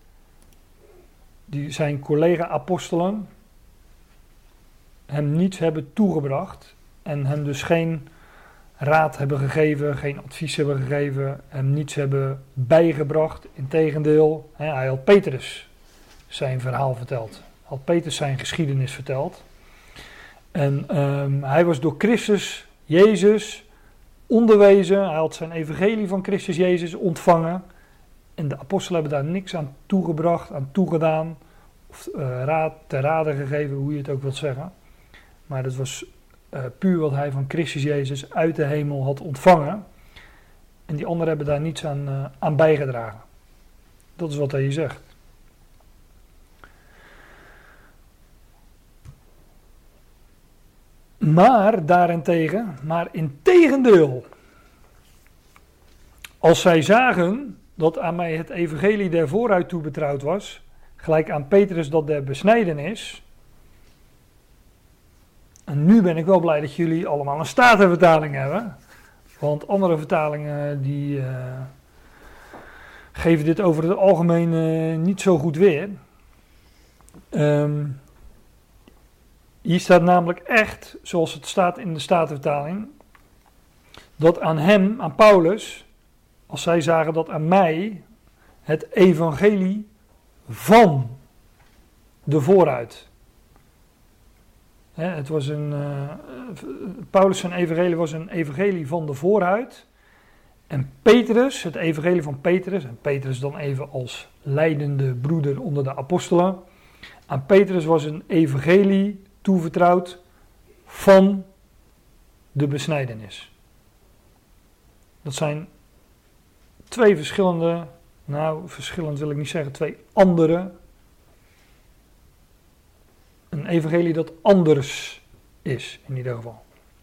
zijn collega-apostelen hem niets hebben toegebracht en hem dus geen raad hebben gegeven, geen advies hebben gegeven, hem niets hebben bijgebracht. Integendeel, hij had Petrus zijn verhaal verteld. had Petrus zijn geschiedenis verteld. En hij was door Christus Jezus onderwezen. Hij had zijn evangelie van Christus Jezus ontvangen. En de apostelen hebben daar niks aan toegebracht, aan toegedaan. Of te raden gegeven, hoe je het ook wilt zeggen. Maar dat was puur wat hij van Christus Jezus uit de hemel had ontvangen. En die anderen hebben daar niets aan bijgedragen. Dat is wat hij hier zegt. Maar integendeel, als zij zagen dat aan mij het evangelie der vooruit toebetrouwd was, gelijk aan Petrus dat der besnijdenis. En nu ben ik wel blij dat jullie allemaal een Statenvertaling hebben. Want andere vertalingen die geven dit over het algemeen niet zo goed weer. Hier staat namelijk echt, zoals het staat in de Statenvertaling, dat aan hem, aan Paulus, als zij zagen dat aan mij het evangelie van de vooruit. Het was Paulus zijn evangelie was een evangelie van de vooruit. En Petrus, het evangelie van Petrus, en Petrus dan even als leidende broeder onder de apostelen. Aan Petrus was een evangelie toevertrouwd van de besnijdenis. Dat zijn twee verschillende, verschillend wil ik niet zeggen, twee andere. Een evangelie dat anders is, in ieder geval.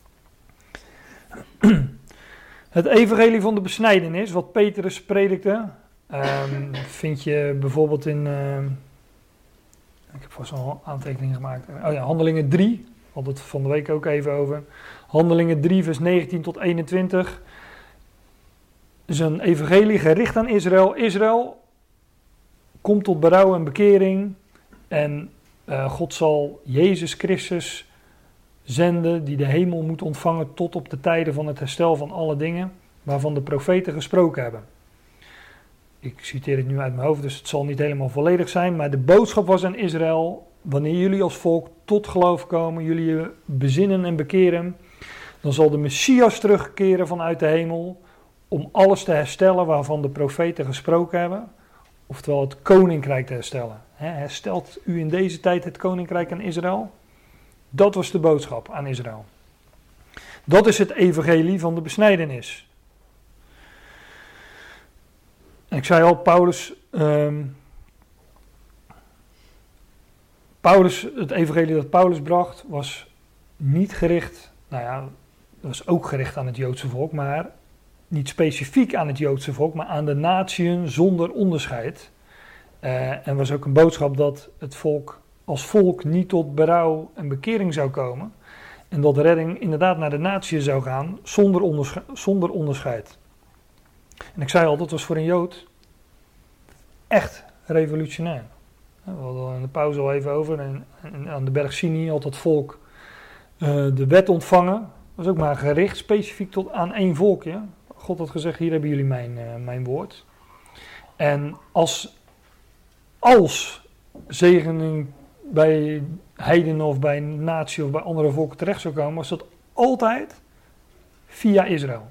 Het evangelie van de besnijdenis, wat Petrus predikte, vind je bijvoorbeeld in, ik heb vast al aantekeningen gemaakt. Handelingen 3, had het van de week ook even over. Handelingen 3 vers 19 tot 21. is een evangelie gericht aan Israël. Israël komt tot berouw en bekering en God zal Jezus Christus zenden die de hemel moet ontvangen tot op de tijden van het herstel van alle dingen waarvan de profeten gesproken hebben. Ik citeer het nu uit mijn hoofd, dus het zal niet helemaal volledig zijn, maar de boodschap was aan Israël: wanneer jullie als volk tot geloof komen, jullie je bezinnen en bekeren, dan zal de Messias terugkeren vanuit de hemel om alles te herstellen waarvan de profeten gesproken hebben, oftewel het koninkrijk te herstellen. Herstelt u in deze tijd het koninkrijk aan Israël? Dat was de boodschap aan Israël. Dat is het evangelie van de besnijdenis. En ik zei al, het evangelie dat Paulus bracht was niet gericht, dat was ook gericht aan het Joodse volk, maar niet specifiek aan het Joodse volk, maar aan de natieën zonder onderscheid. En was ook een boodschap dat het volk als volk niet tot berouw en bekering zou komen. En dat de redding inderdaad naar de natieën zou gaan zonder onderscheid. En ik zei al, dat was voor een Jood echt revolutionair. We hadden in de pauze al even over. En aan de berg Sinai had het volk de wet ontvangen. Dat was ook maar gericht specifiek tot aan één volkje. God had gezegd, hier hebben jullie mijn woord. En als zegening bij heidenen of bij natie of bij andere volken terecht zou komen, was dat altijd via Israël.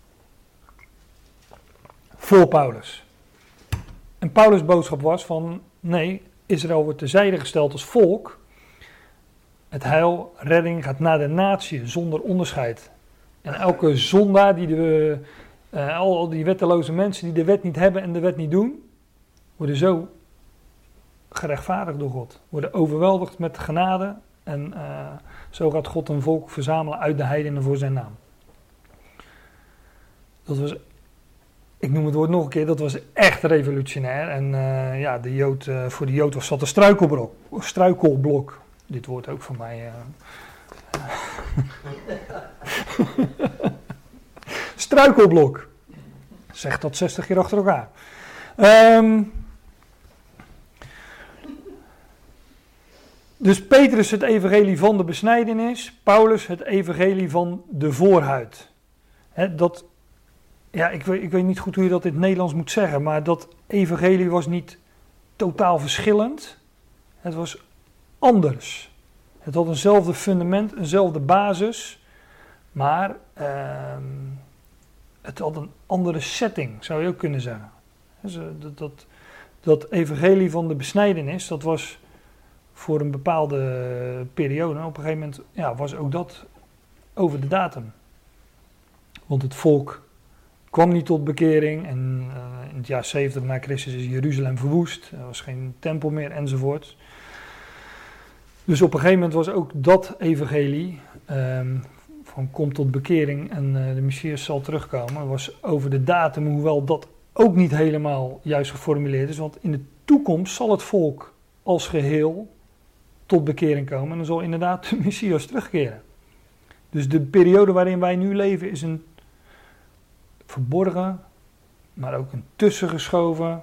Voor Paulus. En Paulus' boodschap was van, nee, Israël wordt terzijde gesteld als volk. Het heil, redding gaat naar de natie zonder onderscheid. En elke zondaar, al die wetteloze mensen die de wet niet hebben en de wet niet doen, worden zo gerechtvaardigd door God. Worden overweldigd met genade en zo gaat God een volk verzamelen uit de heidenen voor zijn naam. Dat was, ik noem het woord nog een keer, dat was echt revolutionair. En voor de Jood was dat een struikelblok. Dit woord ook van mij. Struikelblok. Zeg dat 60 keer achter elkaar. Dus Petrus het evangelie van de besnijdenis, Paulus het evangelie van de voorhuid. Ik weet niet goed hoe je dat in het Nederlands moet zeggen, maar dat evangelie was niet totaal verschillend. Het was anders. Het had eenzelfde fundament, eenzelfde basis, maar het had een andere setting, zou je ook kunnen zeggen. Dus, dat evangelie van de besnijdenis, dat was voor een bepaalde periode. Op een gegeven moment was ook dat over de datum. Want het volk kwam niet tot bekering en in het jaar 70 na Christus is Jeruzalem verwoest. Er was geen tempel meer enzovoort. Dus op een gegeven moment was ook dat evangelie van kom tot bekering en de Messias zal terugkomen. Was over de datum, hoewel dat ook niet helemaal juist geformuleerd is. Want in de toekomst zal het volk als geheel tot bekering komen en dan zal inderdaad de Messias terugkeren. Dus de periode waarin wij nu leven is een verborgen, maar ook een tussengeschoven,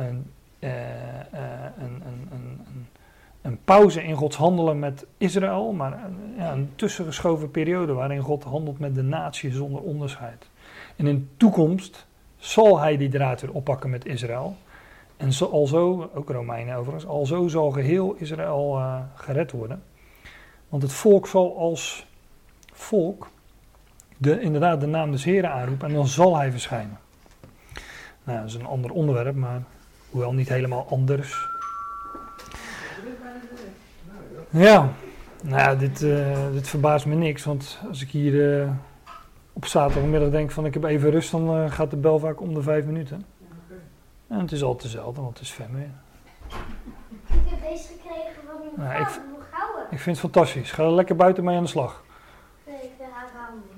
een pauze in Gods handelen met Israël, maar een tussengeschoven periode waarin God handelt met de natie zonder onderscheid. En in de toekomst zal hij die draad weer oppakken met Israël. En alzo, ook Romeinen overigens, alzo zal geheel Israël gered worden. Want het volk zal als volk inderdaad de naam des Heren aanroepen en dan zal hij verschijnen. Nou, dat is een ander onderwerp, maar hoewel niet helemaal anders. Ja, nou ja, dit verbaast me niks, want als ik hier op zaterdagmiddag denk van ik heb even rust, dan gaat de bel vaak om de 5 minuten. En het is altijd hetzelfde, want het is Femme. Ik heb deze gekregen van mijn Nou, vrouw, hoe gouden. Ik vind het fantastisch. Ga er lekker buiten mee aan de slag. Nee, ik wil haar handen.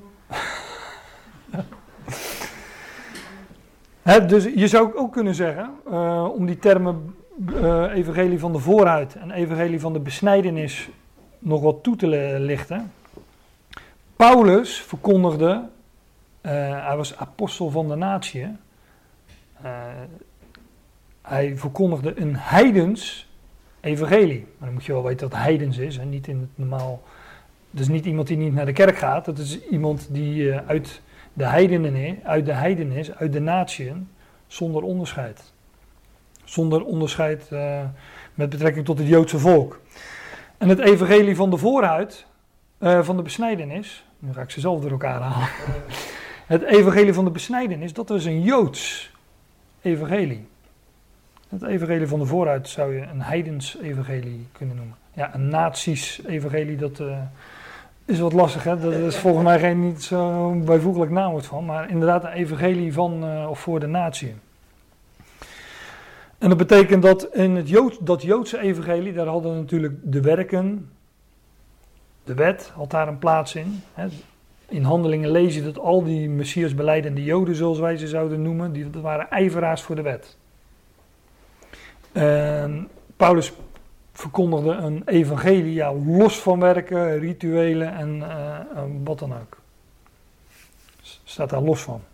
Dus je zou ook kunnen zeggen, om die termen evangelie van de voorhuid en evangelie van de besnijdenis nog wat toe te lichten. Paulus verkondigde, hij was apostel van de natie. Hij verkondigde een heidens evangelie. Maar dan moet je wel weten wat heidens is. En niet in het normaal. Dat is niet iemand die niet naar de kerk gaat. Dat is iemand die uit de heidenen is, uit de natieën, zonder onderscheid. Zonder onderscheid met betrekking tot het Joodse volk. En het evangelie van de voorhuid, van de besnijdenis, nu ga ik ze zelf door elkaar halen. Het evangelie van de besnijdenis, dat was een Joods evangelie. Het evangelie van de voorhuid zou je een heidens evangelie kunnen noemen. Ja, een naties evangelie, dat is wat lastig, hè? Dat is volgens mij geen niet zo bijvoeglijk naamwoord van, maar inderdaad een evangelie van of voor de natie. En dat betekent dat in dat Joodse evangelie, daar hadden natuurlijk de werken, de wet had daar een plaats in. Hè? In Handelingen lees je dat al die Messias belijdende Joden, zoals wij ze zouden noemen, dat waren ijveraars voor de wet. Paulus verkondigde een evangelie, los van werken, rituelen en wat dan ook. Staat daar los van.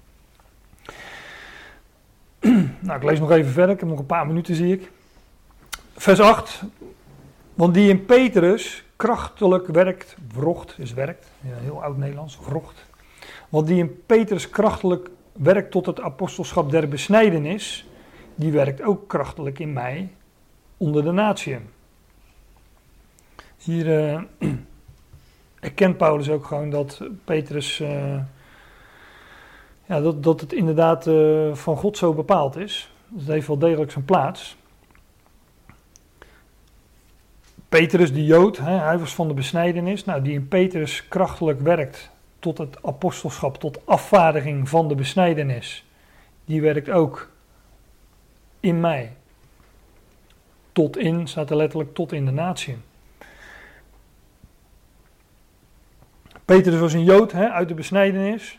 Nou, ik lees nog even verder, ik heb nog een paar minuten, zie ik. Vers 8. Want die in Petrus krachtelijk werkt, werkt, ja, heel oud Nederlands, wrocht. Want die in Petrus krachtelijk werkt tot het apostelschap der besnijdenis, die werkt ook krachtelijk in mij onder de natieën. Hier erkent Paulus ook gewoon dat Petrus, dat het inderdaad van God zo bepaald is. Dus het heeft wel degelijk zijn plaats. Petrus, de Jood, hij was van de besnijdenis, die in Petrus krachtelijk werkt tot het apostelschap, tot afvaardiging van de besnijdenis, die werkt ook in mij. Tot in, staat er letterlijk, tot in de natie. Petrus was een Jood, uit de besnijdenis.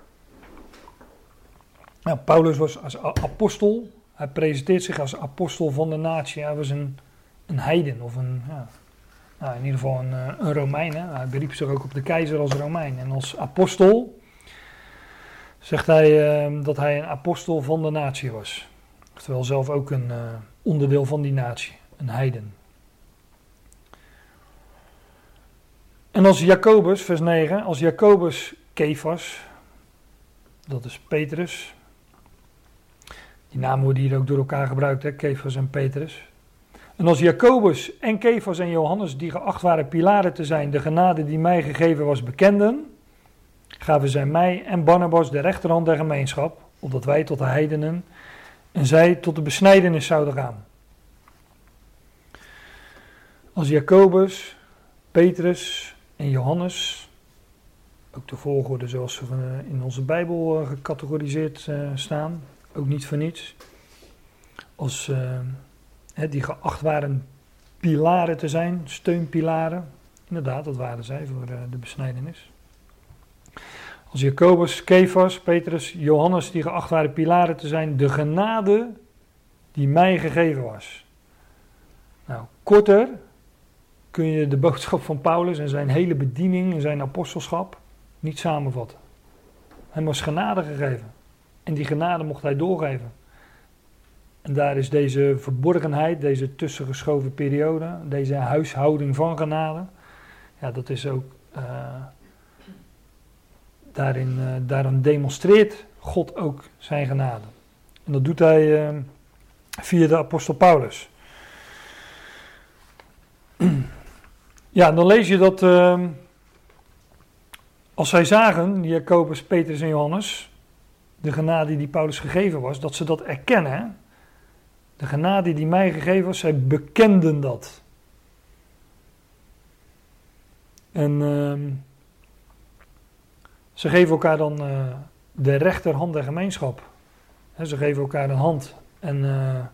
Nou, Paulus was als apostel. Hij presenteert zich als apostel van de natie. Hij was een heiden of in ieder geval een Romein. Hè. Hij beriep zich ook op de keizer als Romein. En als apostel zegt hij dat hij een apostel van de natie was. Terwijl zelf ook een onderdeel van die natie, een heiden. En als Jacobus, vers 9, als Jacobus Kefas, dat is Petrus. Die namen worden hier ook door elkaar gebruikt, hè, Kefas en Petrus. En als Jacobus en Kefas en Johannes, die geacht waren pilaren te zijn, de genade die mij gegeven was, bekenden, gaven zij mij en Barnabas de rechterhand der gemeenschap, opdat wij tot de heidenen en zij tot de besnijdenis zouden gaan. Als Jacobus, Petrus en Johannes, ook de volgorde zoals ze in onze Bijbel gecategoriseerd staan, ook niet voor niets, als die geacht waren pilaren te zijn, steunpilaren, inderdaad, dat waren zij voor de besnijdenis. Als Jacobus, Kefas, Petrus, Johannes, die geacht waren pilaren te zijn, de genade die mij gegeven was. Nou, korter kun je de boodschap van Paulus en zijn hele bediening en zijn apostelschap niet samenvatten. Hem was genade gegeven. En die genade mocht hij doorgeven. En daar is deze verborgenheid, deze tussengeschoven periode, deze huishouding van genade, ja, dat is ook, daarin demonstreert God ook zijn genade. En dat doet hij via de apostel Paulus. Ja, dan lees je dat als zij zagen, Jacobus, Petrus en Johannes, de genade die Paulus gegeven was, dat ze dat erkennen. Hè? De genade die mij gegeven was, zij bekenden dat. En ze geven elkaar dan de rechterhand der gemeenschap. Ze geven elkaar een hand. En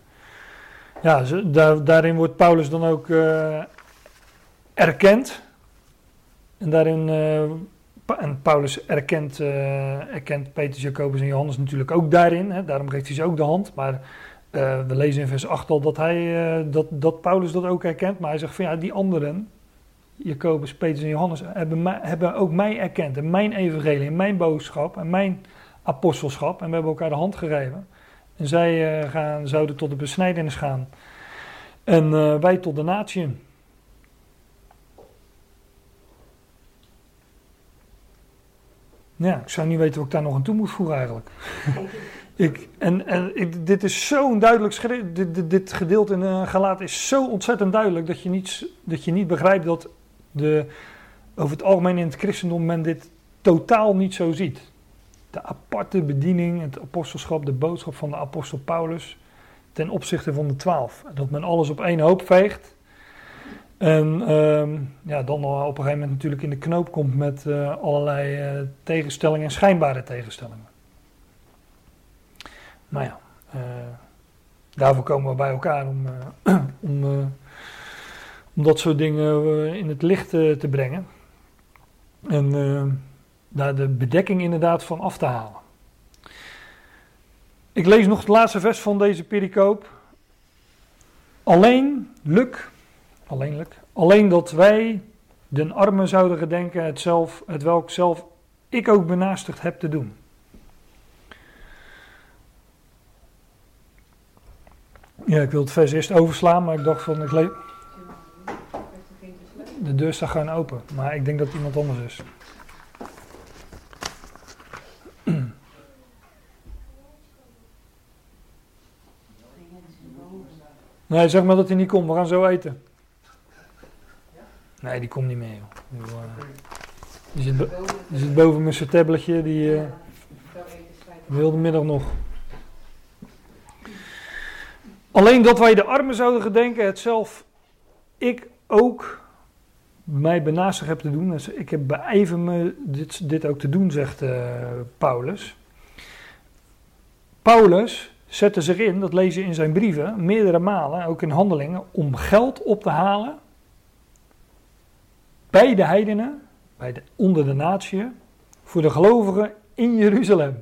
daarin wordt Paulus dan ook erkend. En daarin, en Paulus erkent Petrus, Jacobus en Johannes natuurlijk ook daarin. Hè, daarom geeft hij ze ook de hand. Maar we lezen in vers 8 al dat Paulus dat ook erkent. Maar hij zegt van ja, die anderen, Jacobus, Petrus en Johannes, hebben ook mij erkend. En mijn evangelie, en mijn boodschap, en mijn apostelschap. En we hebben elkaar de hand gegeven. En zij zouden tot de besnijdenis gaan. En wij tot de natieën. Ja, ik zou niet weten wat ik daar nog aan toe moet voegen eigenlijk. Dit is zo'n duidelijk, dit gedeelte in Galaten is zo ontzettend duidelijk dat je niet begrijpt dat over het algemeen in het christendom men dit totaal niet zo ziet. De aparte bediening, het apostelschap, de boodschap van de apostel Paulus ten opzichte van de 12. Dat men alles op één hoop veegt. En dan op een gegeven moment natuurlijk in de knoop komt met allerlei tegenstellingen en schijnbare tegenstellingen. Maar ja, daarvoor komen we bij elkaar om dat soort dingen in het licht te brengen. En daar de bedekking inderdaad van af te halen. Ik lees nog het laatste vers van deze pericoop. Alleen dat wij den armen zouden gedenken het welk zelf ik ook benaastigd heb te doen. Ja, ik wil het vers eerst overslaan, maar ik dacht van de deur staat gewoon open, maar ik denk dat het iemand anders is. Nee, zeg maar dat hij niet komt, we gaan zo eten. Nee, die komt niet meer, joh. Die zit boven met zijn tabletje, die wil de middag nog. Alleen dat wij de armen zouden gedenken, het zelf ik ook mij benaastigd heb te doen. Dus ik heb beijver me dit ook te doen, zegt Paulus. Paulus zette zich in, dat lees je in zijn brieven, meerdere malen, ook in Handelingen, om geld op te halen bij de heidenen, onder de natieën, voor de gelovigen in Jeruzalem.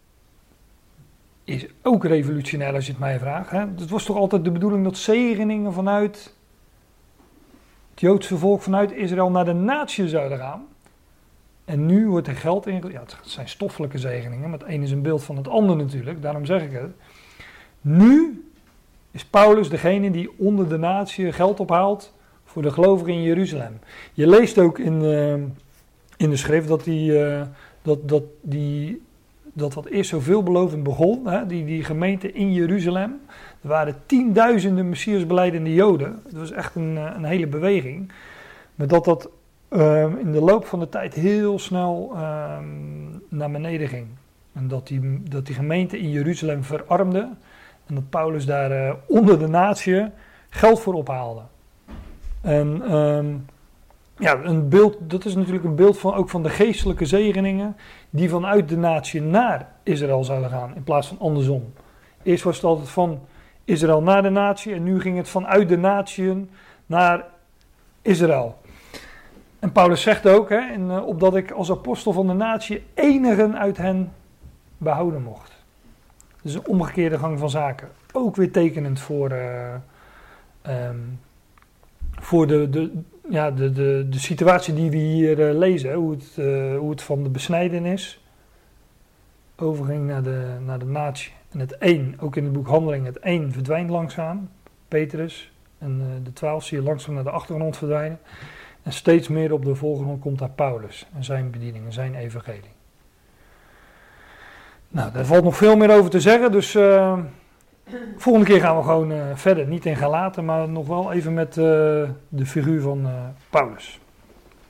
Is ook revolutionair als je het mij vraagt. Hè? Het was toch altijd de bedoeling dat zegeningen vanuit het Joodse volk, vanuit Israël naar de natieën zouden gaan. En nu wordt er geld in. Ja, het zijn stoffelijke zegeningen, maar het een is een beeld van het ander natuurlijk, daarom zeg ik het. Nu is Paulus degene die onder de natieën geld ophaalt voor de gelovigen in Jeruzalem. Je leest ook in de schrift dat dat eerst zo veelbelovend begon, hè, die gemeente in Jeruzalem. Er waren tienduizenden Messiasbelijdende Joden. Dat was echt een hele beweging. Maar dat in de loop van de tijd heel snel naar beneden ging. En dat die gemeente in Jeruzalem verarmde. En dat Paulus daar onder de natie geld voor ophaalde. En een beeld, dat is natuurlijk een beeld ook van de geestelijke zegeningen die vanuit de natie naar Israël zouden gaan, in plaats van andersom. Eerst was het altijd van Israël naar de natie en nu ging het vanuit de natieën naar Israël. En Paulus zegt ook, opdat ik als apostel van de natie enigen uit hen behouden mocht. Dus een omgekeerde gang van zaken. Ook weer tekenend voor de situatie die we hier lezen. Hoe het van de besnijdenis overging naar de natie. En het ook in het boek Handelingen, het een verdwijnt langzaam. Petrus en de 12 zie je langzaam naar de achtergrond verdwijnen. En steeds meer op de voorgrond komt daar Paulus en zijn bediening en zijn evangelie. Nou, daar valt nog veel meer over te zeggen, dus volgende keer gaan we gewoon verder. Niet in Galaten, maar nog wel even met de figuur van Paulus.